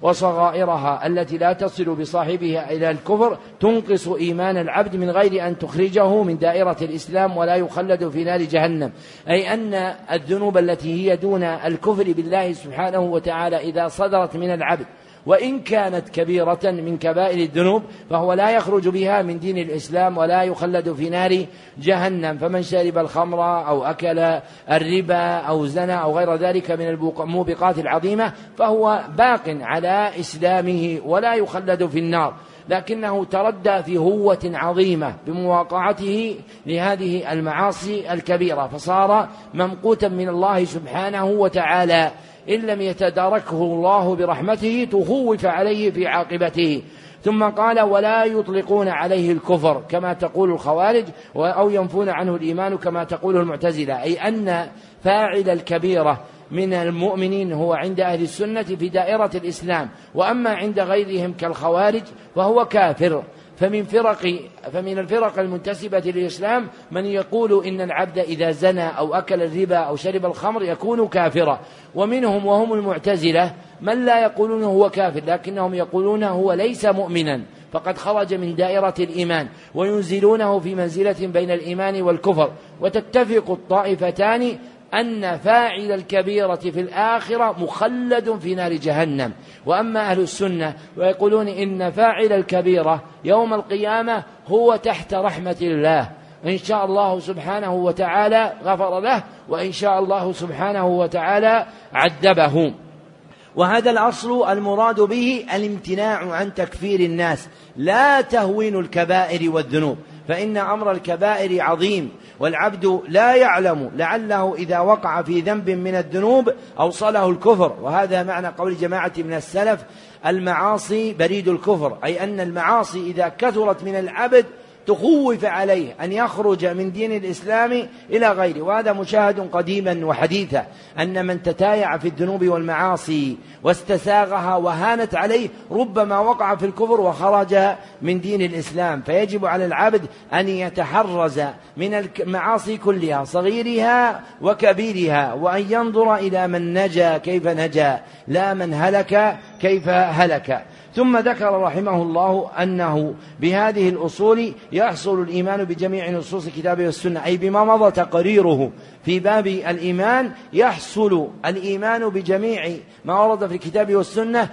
وصغائرها التي لا تصل بصاحبها إلى الكفر تنقص إيمان العبد من غير أن تخرجه من دائرة الإسلام ولا يخلد في نار جهنم. أي أن الذنوب التي هي دون الكفر بالله سبحانه وتعالى إذا صدرت من العبد وإن كانت كبيرة من كبائر الذنوب فهو لا يخرج بها من دين الإسلام ولا يخلد في نار جهنم. فمن شرب الخمر أو أكل الربا أو زنى أو غير ذلك من الموبقات العظيمة فهو باق على إسلامه ولا يخلد في النار، لكنه تردى في هوة عظيمة بمواقعته لهذه المعاصي الكبيرة، فصار ممقوتا من الله سبحانه وتعالى. إن لم يتداركه الله برحمته تخوف عليه في عاقبته. ثم قال: ولا يطلقون عليه الكفر كما تقول الخوارج أو ينفون عنه الإيمان كما تقول المعتزلة. أي أن فاعل الكبيرة من المؤمنين هو عند أهل السنة في دائرة الإسلام، وأما عند غيرهم كالخوارج فهو كافر. فمن فرق فمن الفرق المنتسبة للإسلام من يقول إن العبد إذا زنى أو أكل الربا أو شرب الخمر يكون كافرا، ومنهم وهم المعتزلة من لا يقولون هو كافر لكنهم يقولون هو ليس مؤمنا فقد خرج من دائرة الإيمان، وينزلونه في منزلة بين الإيمان والكفر. وتتفق الطائفتان أن فاعل الكبيرة في الآخرة مخلد في نار جهنم. وأما أهل السنة ويقولون إن فاعل الكبيرة يوم القيامة هو تحت رحمة الله، إن شاء الله سبحانه وتعالى غفر له وإن شاء الله سبحانه وتعالى عذبه. وهذا الأصل المراد به الامتناع عن تكفير الناس لا تهوين الكبائر والذنوب، فإن أمر الكبائر عظيم، والعبد لا يعلم لعله إذا وقع في ذنب من الذنوب أوصله الكفر. وهذا معنى قول جماعة من السلف: المعاصي بريد الكفر، أي أن المعاصي إذا كثرت من العبد تخوف عليه أن يخرج من دين الإسلام إلى غيره. وهذا مشاهد قديما وحديثا، أن من تتايع في الذنوب والمعاصي واستساغها وهانت عليه ربما وقع في الكفر وخرج من دين الإسلام. فيجب على العبد أن يتحرز من المعاصي كلها صغيرها وكبيرها، وأن ينظر إلى من نجا كيف نجا، لا من هلك كيف هلك. ثم ذكر رحمه الله أنه بهذه الأصول يحصل الإيمان بجميع نصوص الكتاب والسنة، أي بما مضى تقريره في باب الإيمان يحصل الإيمان بجميع ما ورد في الكتاب والسنة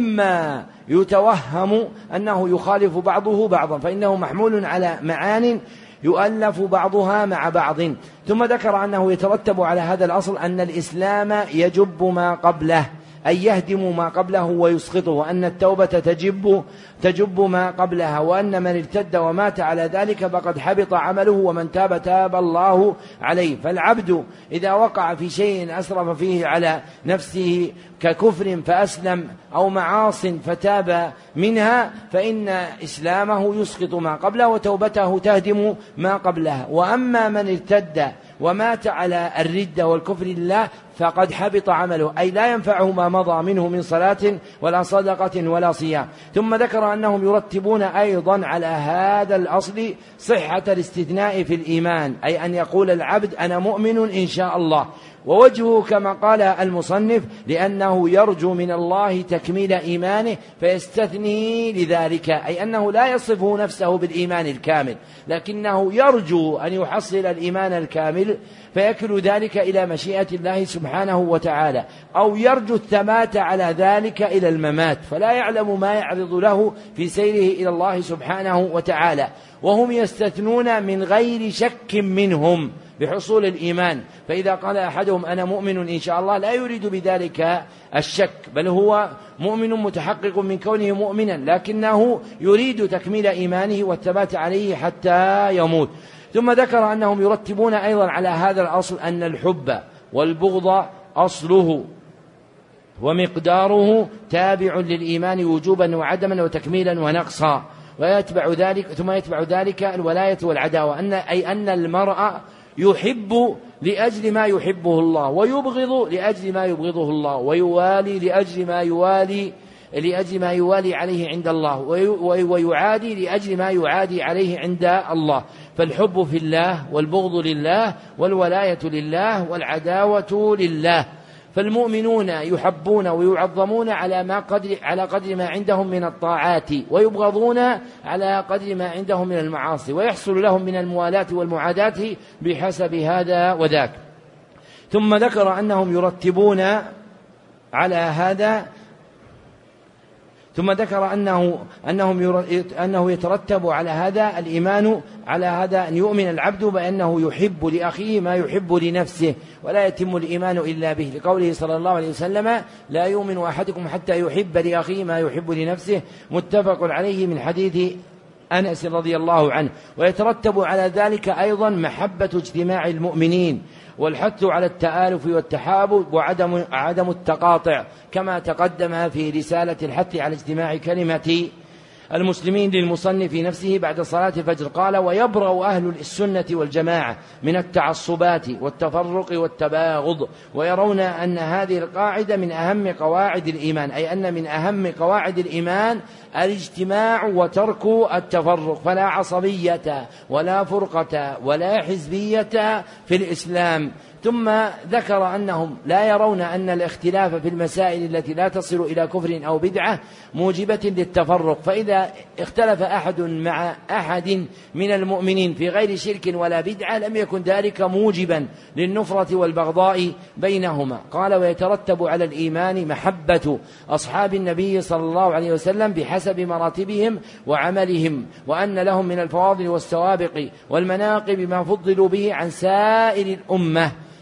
مما يتوهم أنه يخالف بعضه بعضا، فإنه محمول على معان يؤلف بعضها مع بعض. ثم ذكر أنه يترتب على هذا الأصل أن الإسلام يجب ما قبله، أي يهدم ما قبله ويسقطه، وأن التوبة تجب تجب ما قبلها، وأن من ارتد ومات على ذلك فقد حبط عمله، ومن تاب تاب الله عليه. فالعبد إذا وقع في شيء أسرف فيه على نفسه ككفر فأسلم أو معاص فتاب منها، فإن إسلامه يسقط ما قبله وتوبته تهدم ما قبلها. وأما من ارتد ومات على الردة والكفر لله فقد حبط عمله، أي لا ينفعه ما مضى منه من صلاة ولا صدقة ولا صيام. ثم ذكر أنهم يرتبون أيضا على هذا الأصل صحة الاستثناء في الإيمان، أي أن يقول العبد أنا مؤمن إن شاء الله، ووجهه كما قال المصنف لأنه يرجو من الله تكميل إيمانه فيستثني لذلك، أي أنه لا يصف نفسه بالإيمان الكامل، لكنه يرجو أن يحصل الإيمان الكامل فيكل ذلك إلى مشيئة الله سبحانه وتعالى، أو يرجو الثبات على ذلك إلى الممات، فلا يعلم ما يعرض له في سيره إلى الله سبحانه وتعالى. وهم يستثنون من غير شك منهم بحصول الإيمان، فإذا قال أحدهم أنا مؤمن إن شاء الله لا يريد بذلك الشك، بل هو مؤمن متحقق من كونه مؤمنا، لكنه يريد تكميل إيمانه والثبات عليه حتى يموت. ثم ذكر أنهم يرتبون أيضا على هذا الأصل أن الحب والبغض أصله ومقداره تابع للإيمان وجوبا وعدما وتكميلا ونقصا، ويتبع ذلك ثم يتبع ذلك الولاية والعداوة، أن أي أن المرء يحب لأجل ما يحبه الله، ويبغض لأجل ما يبغضه الله، ويوالي لأجل ما يوالي لأجل ما يوالي عليه عند الله، ويعادي لأجل ما يعادي عليه عند الله. فالحب في الله والبغض لله والولاية لله والعداوة لله. فالمؤمنون يحبون ويعظمون على ما قدر على قدر ما عندهم من الطاعات، ويبغضون على قدر ما عندهم من المعاصي، ويحصل لهم من الموالاة والمعاداة بحسب هذا وذاك. ثم ذكر أنهم يرتبون على هذا ثم ذكر أنه أنهم أنه يترتب على هذا الإيمان على هذا أن يؤمن العبد بأنه يحب لأخيه ما يحب لنفسه، ولا يتم الإيمان إلا به، لقوله صلى الله عليه وسلم لا يؤمن أحدكم حتى يحب لأخيه ما يحب لنفسه، متفق عليه من حديث أنس رضي الله عنه. ويترتب على ذلك أيضا محبة اجتماع المؤمنين والحث على التآلف والتحابب وعدم عدم التقاطع، كما تقدم في رسالة الحث على اجتماع كلمة المسلمين للمصنف نفسه بعد صلاة الفجر. قال ويبرأ أهل السنة والجماعة من التعصبات والتفرق والتباغض، ويرون أن هذه القاعدة من أهم قواعد الإيمان، أي أن من أهم قواعد الإيمان الاجتماع وترك التفرق، فلا عصبية ولا فرقة ولا حزبية في الإسلام. ثم ذكر أنهم لا يرون أن الاختلاف في المسائل التي لا تصل إلى كفر أو بدعة موجبة للتفرق، فإذا اختلف أحد مع أحد من المؤمنين في غير شرك ولا بدعة لم يكن ذلك موجبا للنفرة والبغضاء بينهما. قال ويترتب على الإيمان محبة أصحاب النبي صلى الله عليه وسلم بحسب مراتبهم وعملهم، وأن لهم من الفواضل والسوابق والمناقب ما فضلوا به عن سائر الأمة،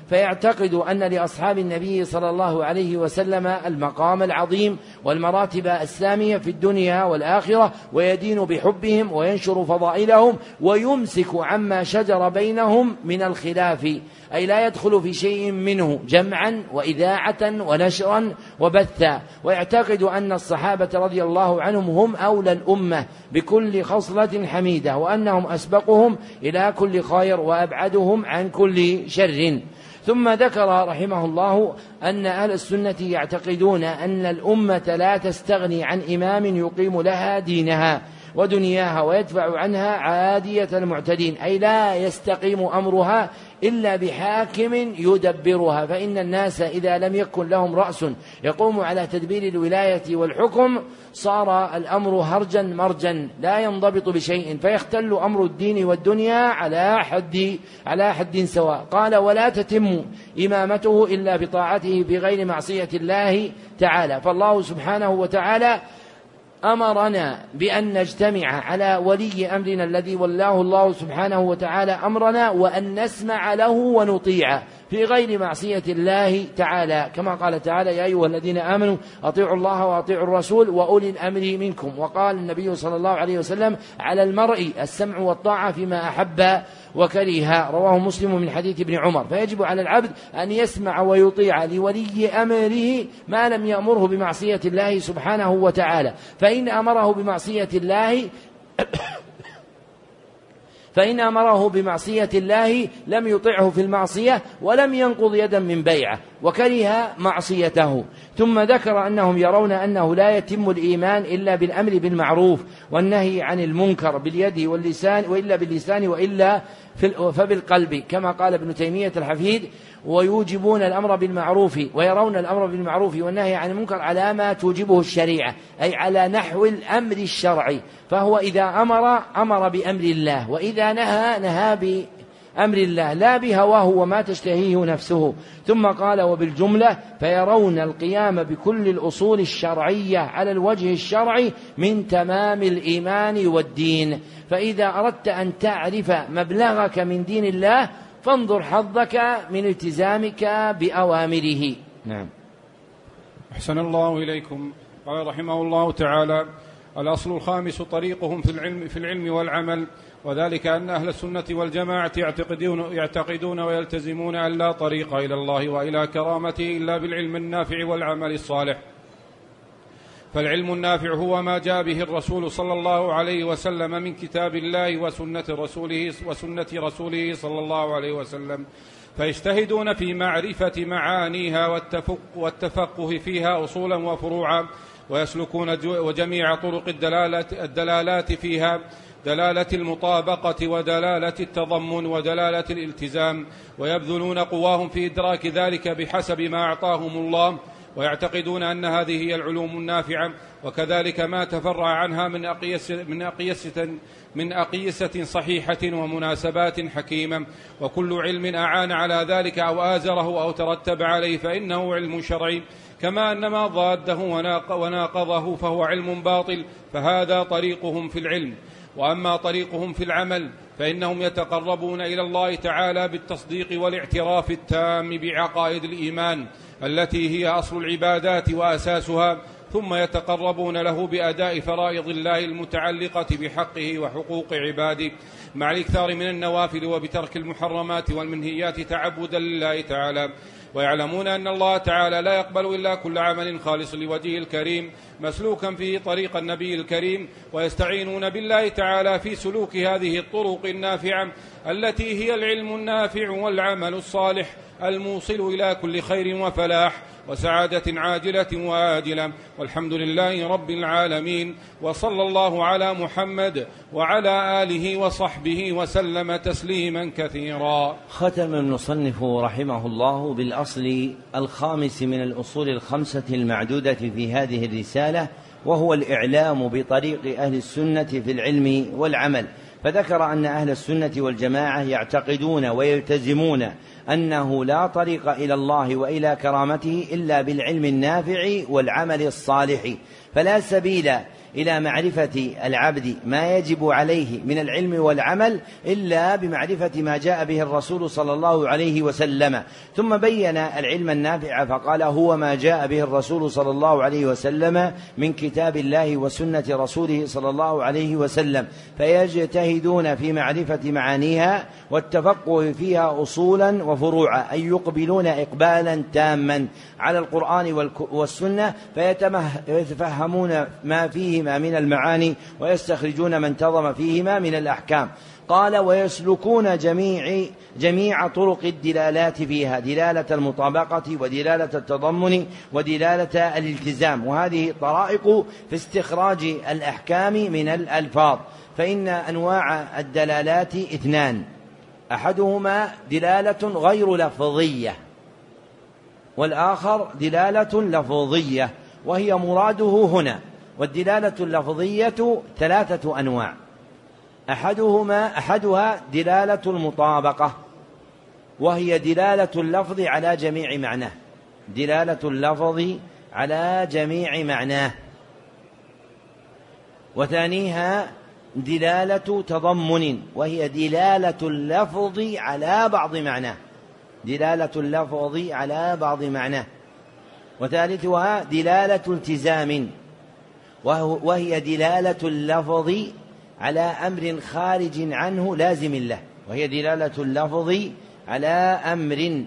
فيعتقد أن لأصحاب النبي صلى الله عليه وسلم المقام العظيم والمراتب السامية في الدنيا والآخرة، ويدين بحبهم وينشر فضائلهم ويمسك عما شجر بينهم من الخلاف، أي لا يدخل في شيء منه جمعا وإذاعة ونشرا وبثا. ويعتقد أن الصحابة رضي الله عنهم هم أولى الأمة بكل خصلة حميدة، وأنهم أسبقهم إلى كل خير وأبعدهم عن كل شر. ثم ذكر رحمه الله أن أهل السنة يعتقدون أن الأمة لا تستغني عن إمام يقيم لها دينها ودنياها ويدفع عنها عادية المعتدين، أي لا يستقيم أمرها إلا بحاكم يدبرها، فإن الناس إذا لم يكن لهم رأس يقوم على تدبير الولاية والحكم صار الأمر هرجا مرجا لا ينضبط بشيء، فيختل أمر الدين والدنيا على حد على حد سواء. قال: ولا تتم إمامته إلا بطاعته بغير معصية الله تعالى. فالله سبحانه وتعالى أمرنا بأن نجتمع على ولي أمرنا الذي ولاه الله سبحانه وتعالى أمرنا، وأن نسمع له ونطيع في غير معصية الله تعالى، كما قال تعالى: يا أيها الذين آمنوا أطيعوا الله وأطيعوا الرسول وأولي الأمر منكم. وقال النبي صلى الله عليه وسلم: على المرء السمع والطاعة فيما أحب وكره، رواه مسلم من حديث ابن عمر. فيجب على العبد أن يسمع ويطيع لولي أمره ما لم يأمره بمعصية الله سبحانه وتعالى، فإن أمره بمعصية الله فإن أمره بمعصية الله لم يطعه في المعصية ولم ينقض يدا من بيعه وكره معصيته. ثم ذكر أنهم يرون أنه لا يتم الإيمان إلا بالأمر بالمعروف والنهي عن المنكر باليد واللسان، وإلا باللسان وإلا فبالقلب، كما قال ابن تيمية الحفيد: ويوجبون الأمر بالمعروف ويرون الأمر بالمعروف والنهي عن المنكر على ما توجبه الشريعة، أي على نحو الأمر الشرعي، فهو إذا أمر أمر بأمر الله، وإذا نهى نهى بأمر الله لا بهواه وما تشتهيه نفسه. ثم قال: وبالجملة فيرون القيام بكل الأصول الشرعية على الوجه الشرعي من تمام الإيمان والدين. فإذا أردت أن تعرف مبلغك من دين الله فانظر حظك من التزامك بأوامره. نعم. أحسن الله إليكم. قال رحمه الله تعالى: الأصل الخامس طريقهم في العلم, في العلم والعمل، وذلك أن أهل السنة والجماعة يعتقدون, يعتقدون ويلتزمون أن لا طريق إلى الله وإلى كرامته إلا بالعلم النافع والعمل الصالح. فالعلم النافع هو ما جاء به الرسول صلى الله عليه وسلم من كتاب الله وسنة رسوله, وسنة رسوله صلى الله عليه وسلم، فيجتهدون في معرفة معانيها والتفقه فيها أصولا وفروعا، ويسلكون وجميع طرق الدلالات فيها، دلالة المطابقة ودلالة التضمن ودلالة الالتزام، ويبذلون قواهم في إدراك ذلك بحسب ما أعطاهم الله، ويعتقدون أن هذه هي العلوم النافعة، وكذلك ما تفرع عنها من أقيسة, من أقيسة, من أقيسة صحيحة ومناسبات حكيمة. وكل علم أعان على ذلك أو آزره أو ترتب عليه فإنه علم شرعي، كما أن ما ضاده وناقضه فهو علم باطل. فهذا طريقهم في العلم. وأما طريقهم في العمل فإنهم يتقربون إلى الله تعالى بالتصديق والاعتراف التام بعقائد الإيمان التي هي أصل العبادات وأساسها، ثم يتقربون له بأداء فرائض الله المتعلقة بحقه وحقوق عباده مع الإكثار من النوافل وبترك المحرمات والمنهيات تعبدا لله تعالى. ويعلمون أن الله تعالى لا يقبل إلا كل عمل خالص لوجهه الكريم مسلوكا فيه طريق النبي الكريم، ويستعينون بالله تعالى في سلوك هذه الطرق النافعة التي هي العلم النافع والعمل الصالح الموصل إلى كل خير وفلاح وسعادة عاجلة وآجلة. والحمد لله رب العالمين، وصلى الله على محمد وعلى آله وصحبه وسلم تسليما كثيرا. ختم المصنف رحمه الله بالأصل الخامس من الأصول الخمسة المعدودة في هذه الرسالة، وهو الإعلام بطريق أهل السنة في العلم والعمل. فذكر أن أهل السنة والجماعة يعتقدون ويلتزمون أنه لا طريق إلى الله وإلى كرامته إلا بالعلم النافع والعمل الصالح، فلا سبيل إلى معرفة العبد ما يجب عليه من العلم والعمل إلا بمعرفة ما جاء به الرسول صلى الله عليه وسلم. ثم بين العلم النافع فقال: هو ما جاء به الرسول صلى الله عليه وسلم من كتاب الله وسنة رسوله صلى الله عليه وسلم، فيجتهدون في معرفة معانيها والتفقه فيها أصولا وفروعا، أي يقبلون إقبالا تاما على القرآن والسنة فيتفهمون ما فيهما من المعاني ويستخرجون ما انتظم فيهما من الأحكام. قال: ويسلكون جميع جميع طرق الدلالات فيها، دلالة المطابقة ودلالة التضمن ودلالة الالتزام، وهذه طرائق في استخراج الأحكام من الألفاظ. فإن أنواع الدلالات اثنان: أحدهما دلالة غير لفظية، والآخر دلالة لفظية، وهي مراده هنا. والدلالة اللفظية ثلاثة أنواع: أحدهما أحدها دلالة المطابقة، وهي دلالة اللفظ على جميع معناه، دلالة اللفظ على جميع معناه. وثانيها دلالة تضمن، وهي دلالة اللفظ على بعض معناه، دلالة اللفظ على بعض معناه. وثالثها دلالة التزام، وهي دلالة اللفظ على أمر خارج عنه لازم له، وهي دلالة اللفظ على أمر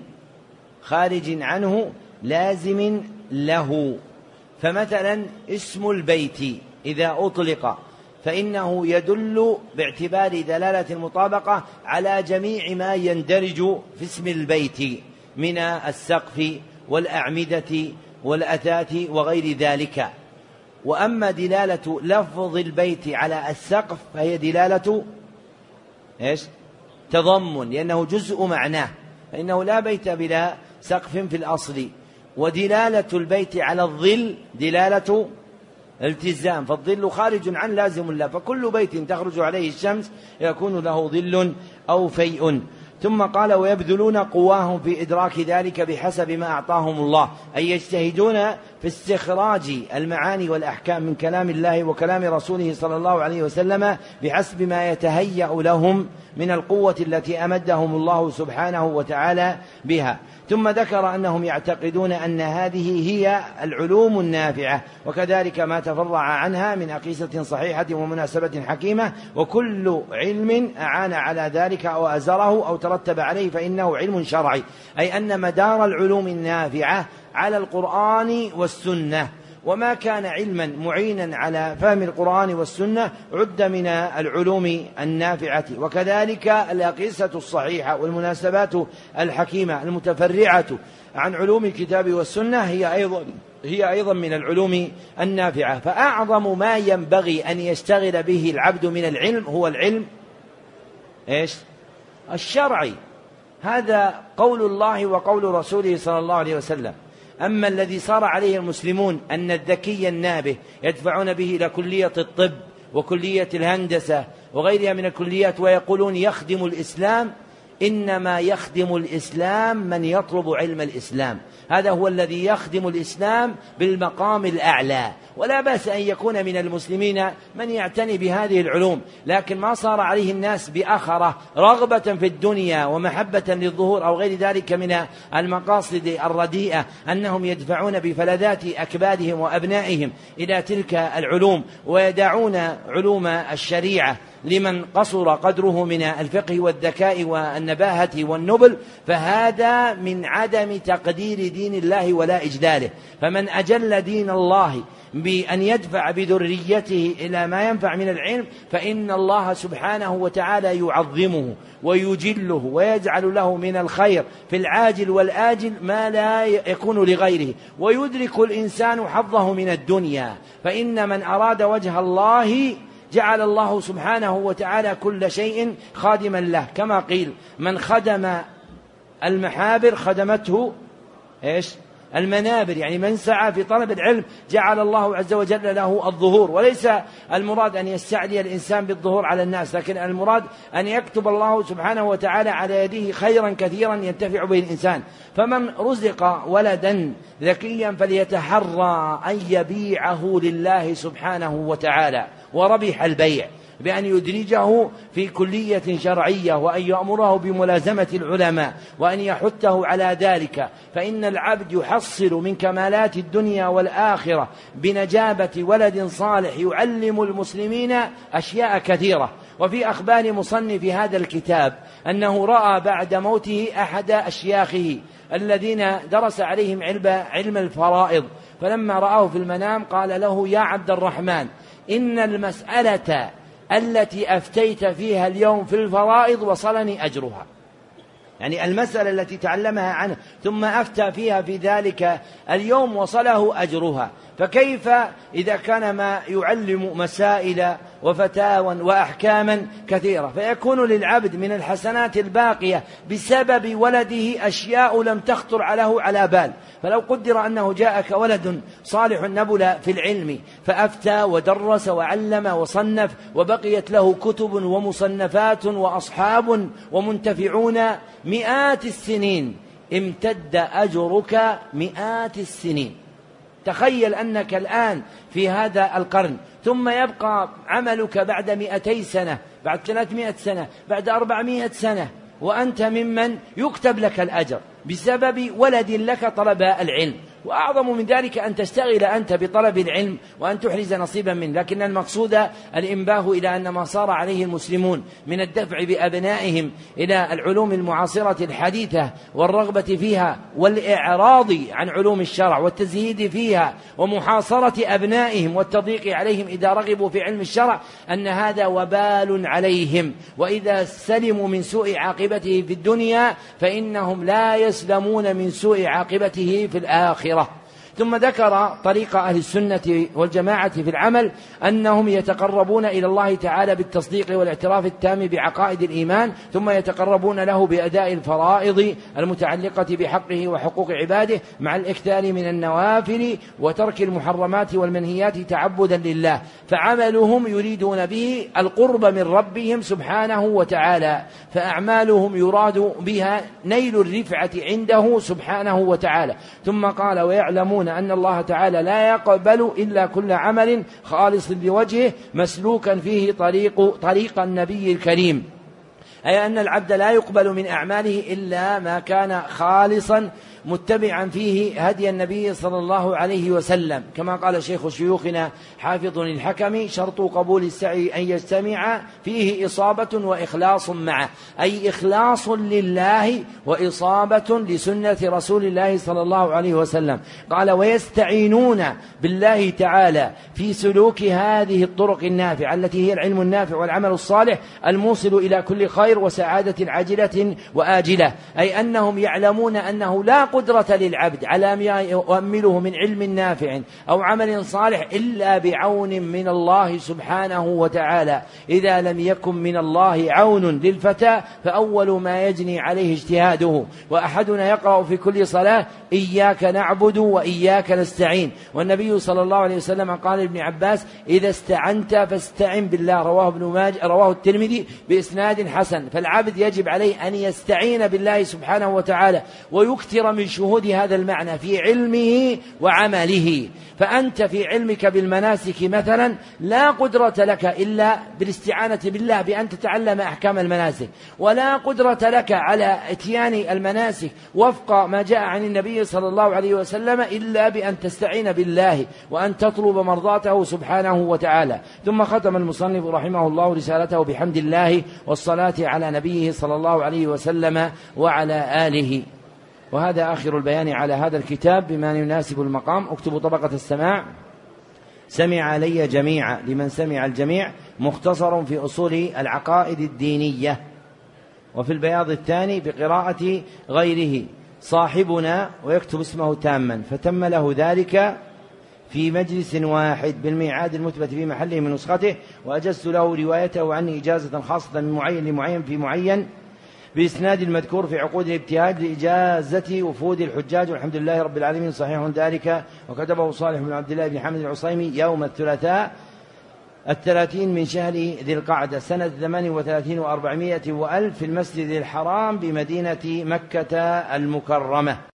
خارج عنه لازم له. فمثلا اسم البيت إذا أطلق فإنه يدل باعتبار دلالة المطابقة على جميع ما يندرج في اسم البيت من السقف والأعمدة والأثاث وغير ذلك. وأما دلالة لفظ البيت على السقف فهي دلالة إيش؟ تضمن، لأنه جزء معناه، فإنه لا بيت بلا سقف في الأصل. ودلالة البيت على الظل دلالة التزام، فالظل خارج عن لازم له، فكل بيت تخرج عليه الشمس يكون له ظل أو فيء. ثم قال: ويبذلون قواهم في إدراك ذلك بحسب ما أعطاهم الله، أي يجتهدون في استخراج المعاني والأحكام من كلام الله وكلام رسوله صلى الله عليه وسلم بحسب ما يتهيأ لهم من القوة التي أمدهم الله سبحانه وتعالى بها. ثم ذكر أنهم يعتقدون أن هذه هي العلوم النافعة، وكذلك ما تفرع عنها من أقيسة صحيحة ومناسبة حكيمة، وكل علم أعان على ذلك أو أزره أو ترتب عليه فإنه علم شرعي، أي أن مدار العلوم النافعة على القرآن والسنة، وما كان علما معينا على فهم القرآن والسنة عد من العلوم النافعة. وكذلك الأقيسة الصحيحة والمناسبات الحكيمة المتفرعة عن علوم الكتاب والسنة هي أيضا هي أيضا من العلوم النافعة. فأعظم ما ينبغي أن يشتغل به العبد من العلم هو العلم إيش؟ الشرعي. هذا قول الله وقول رسوله صلى الله عليه وسلم. أما الذي صار عليه المسلمون أن الذكي النابه يدفعون به إلى كلية الطب وكلية الهندسة وغيرها من الكليات ويقولون يخدم الإسلام، إنما يخدم الإسلام من يطلب علم الإسلام، هذا هو الذي يخدم الإسلام بالمقام الأعلى. ولا بأس أن يكون من المسلمين من يعتني بهذه العلوم، لكن ما صار عليه الناس بأخرة رغبة في الدنيا ومحبة للظهور أو غير ذلك من المقاصد الرديئة أنهم يدفعون بفلذات أكبادهم وأبنائهم إلى تلك العلوم ويدعون علوم الشريعة لمن قصر قدره من الفقه والذكاء والنباهة والنبل، فهذا من عدم تقدير دين الله ولا إجلاله. فمن أجل دين الله بأن يدفع بذريته إلى ما ينفع من العلم فإن الله سبحانه وتعالى يعظمه ويجله ويجعل له من الخير في العاجل والآجل ما لا يكون لغيره، ويدرك الإنسان حظه من الدنيا. فإن من أراد وجه الله جعل الله سبحانه وتعالى كل شيء خادما له، كما قيل: من خدم المحابر خدمته إيش؟ المنابر، يعني من سعى في طلب العلم جعل الله عز وجل له الظهور. وليس المراد أن يستعلي الإنسان بالظهور على الناس، لكن المراد أن يكتب الله سبحانه وتعالى على يده خيرا كثيرا ينتفع به الإنسان. فمن رزق ولدا ذكيا فليتحرى أن يبيعه لله سبحانه وتعالى، وربح البيع بأن يدرجه في كلية شرعية، وأن يأمره بملازمة العلماء، وأن يحثه على ذلك، فإن العبد يحصل من كمالات الدنيا والآخرة بنجابة ولد صالح يعلم المسلمين أشياء كثيرة. وفي أخبار مصنف هذا الكتاب أنه رأى بعد موته أحد أشياخه الذين درس عليهم علم الفرائض، فلما رآه في المنام قال له: يا عبد الرحمن، إن المسألة التي أفتيت فيها اليوم في الفرائض وصلني أجرها. يعني المسألة التي تعلمها عنه ثم أفتى فيها في ذلك اليوم وصله أجرها، فكيف إذا كان ما يعلم مسائل وفتاوى وأحكاما كثيرة، فيكون للعبد من الحسنات الباقية بسبب ولده أشياء لم تخطر عليه على بال. فلو قدر أنه جاءك ولد صالح نبل في العلم فأفتى ودرس وعلم وصنف، وبقيت له كتب ومصنفات وأصحاب ومنتفعون مئات السنين، امتد أجرك مئات السنين. تخيل أنك الآن في هذا القرن، ثم يبقى عملك بعد مئتي سنة، بعد ثلاثمائة سنة، بعد أربعمائة سنة، وأنت ممن يكتب لك الأجر بسبب ولد لك طلب العلم. وأعظم من ذلك أن تشتغل أنت بطلب العلم وأن تحرز نصيبا منه. لكن المقصود الإنباه إلى أن ما صار عليه المسلمون من الدفع بأبنائهم إلى العلوم المعاصرة الحديثة والرغبة فيها والإعراض عن علوم الشرع والتزهيد فيها ومحاصرة أبنائهم والتضييق عليهم إذا رغبوا في علم الشرع، أن هذا وبال عليهم، وإذا سلموا من سوء عاقبته في الدنيا فإنهم لا يسلمون من سوء عاقبته في الآخرة. ثم ذكر طريق أهل السنة والجماعة في العمل، أنهم يتقربون إلى الله تعالى بالتصديق والاعتراف التام بعقائد الإيمان، ثم يتقربون له بأداء الفرائض المتعلقة بحقه وحقوق عباده مع الإكثار من النوافل وترك المحرمات والمنهيات تعبدا لله. فعملهم يريدون به القرب من ربهم سبحانه وتعالى، فأعمالهم يراد بها نيل الرفعة عنده سبحانه وتعالى. ثم قال: ويعلمون أن الله تعالى لا يقبل إلا كل عمل خالص لوجهه مسلوكا فيه طريق, طريق النبي الكريم، أي أن العبد لا يقبل من أعماله إلا ما كان خالصا متبعا فيه هدي النبي صلى الله عليه وسلم، كما قال شيخ شيوخنا حافظ الحكم: شرط قبول السعي أن يجتمع فيه إصابة وإخلاص معه، أي إخلاص لله وإصابة لسنة رسول الله صلى الله عليه وسلم. قال: ويستعينون بالله تعالى في سلوك هذه الطرق النافعة التي هي العلم النافع والعمل الصالح الموصل إلى كل خير وسعادة عاجلة وآجلة، أي أنهم يعلمون أنه لا قدرة للعبد على ما يؤمله من علم نافع أو عمل صالح إلا بعون من الله سبحانه وتعالى. إذا لم يكن من الله عون للفتى فأول ما يجني عليه اجتهاده. وأحدنا يقرأ في كل صلاة: إياك نعبد وإياك نستعين. والنبي صلى الله عليه وسلم قال لابن عباس: إذا استعنت فاستعن بالله. رواه ابن ماجه، رواه الترمذي بإسناد حسن. فالعبد يجب عليه أن يستعين بالله سبحانه وتعالى ويكثر من شهود هذا المعنى في علمه وعمله. فأنت في علمك بالمناسك مثلا لا قدرة لك إلا بالاستعانة بالله بأن تتعلم أحكام المناسك، ولا قدرة لك على اتيان المناسك وفق ما جاء عن النبي صلى الله عليه وسلم إلا بأن تستعين بالله وأن تطلب مرضاته سبحانه وتعالى. ثم ختم المصنف رحمه الله رسالته بحمد الله والصلاة على نبيه صلى الله عليه وسلم وعلى آله. وهذا آخر البيان على هذا الكتاب بما يناسب المقام. اكتبوا طبقة السماع: سمع علي جميعا، لمن سمع الجميع، مختصر في أصول العقائد الدينية. وفي البياض الثاني بقراءة غيره صاحبنا، ويكتب اسمه تاما، فتم له ذلك في مجلس واحد بالميعاد المثبت في محله من نسخته، وأجزت له روايته عني إجازة خاصة من معين لمعين في معين بإسناد المذكور في عقود الابتهاج لإجازة وفود الحجاج، والحمد لله رب العالمين صحيح ذلك. وكتبه صالح بن عبد الله بن حمد العصيمي يوم الثلاثاء الثلاثين من شهر ذي القعدة سنة ثمان وثلاثين وأربعمائة وألف في المسجد الحرام بمدينة مكة المكرمة.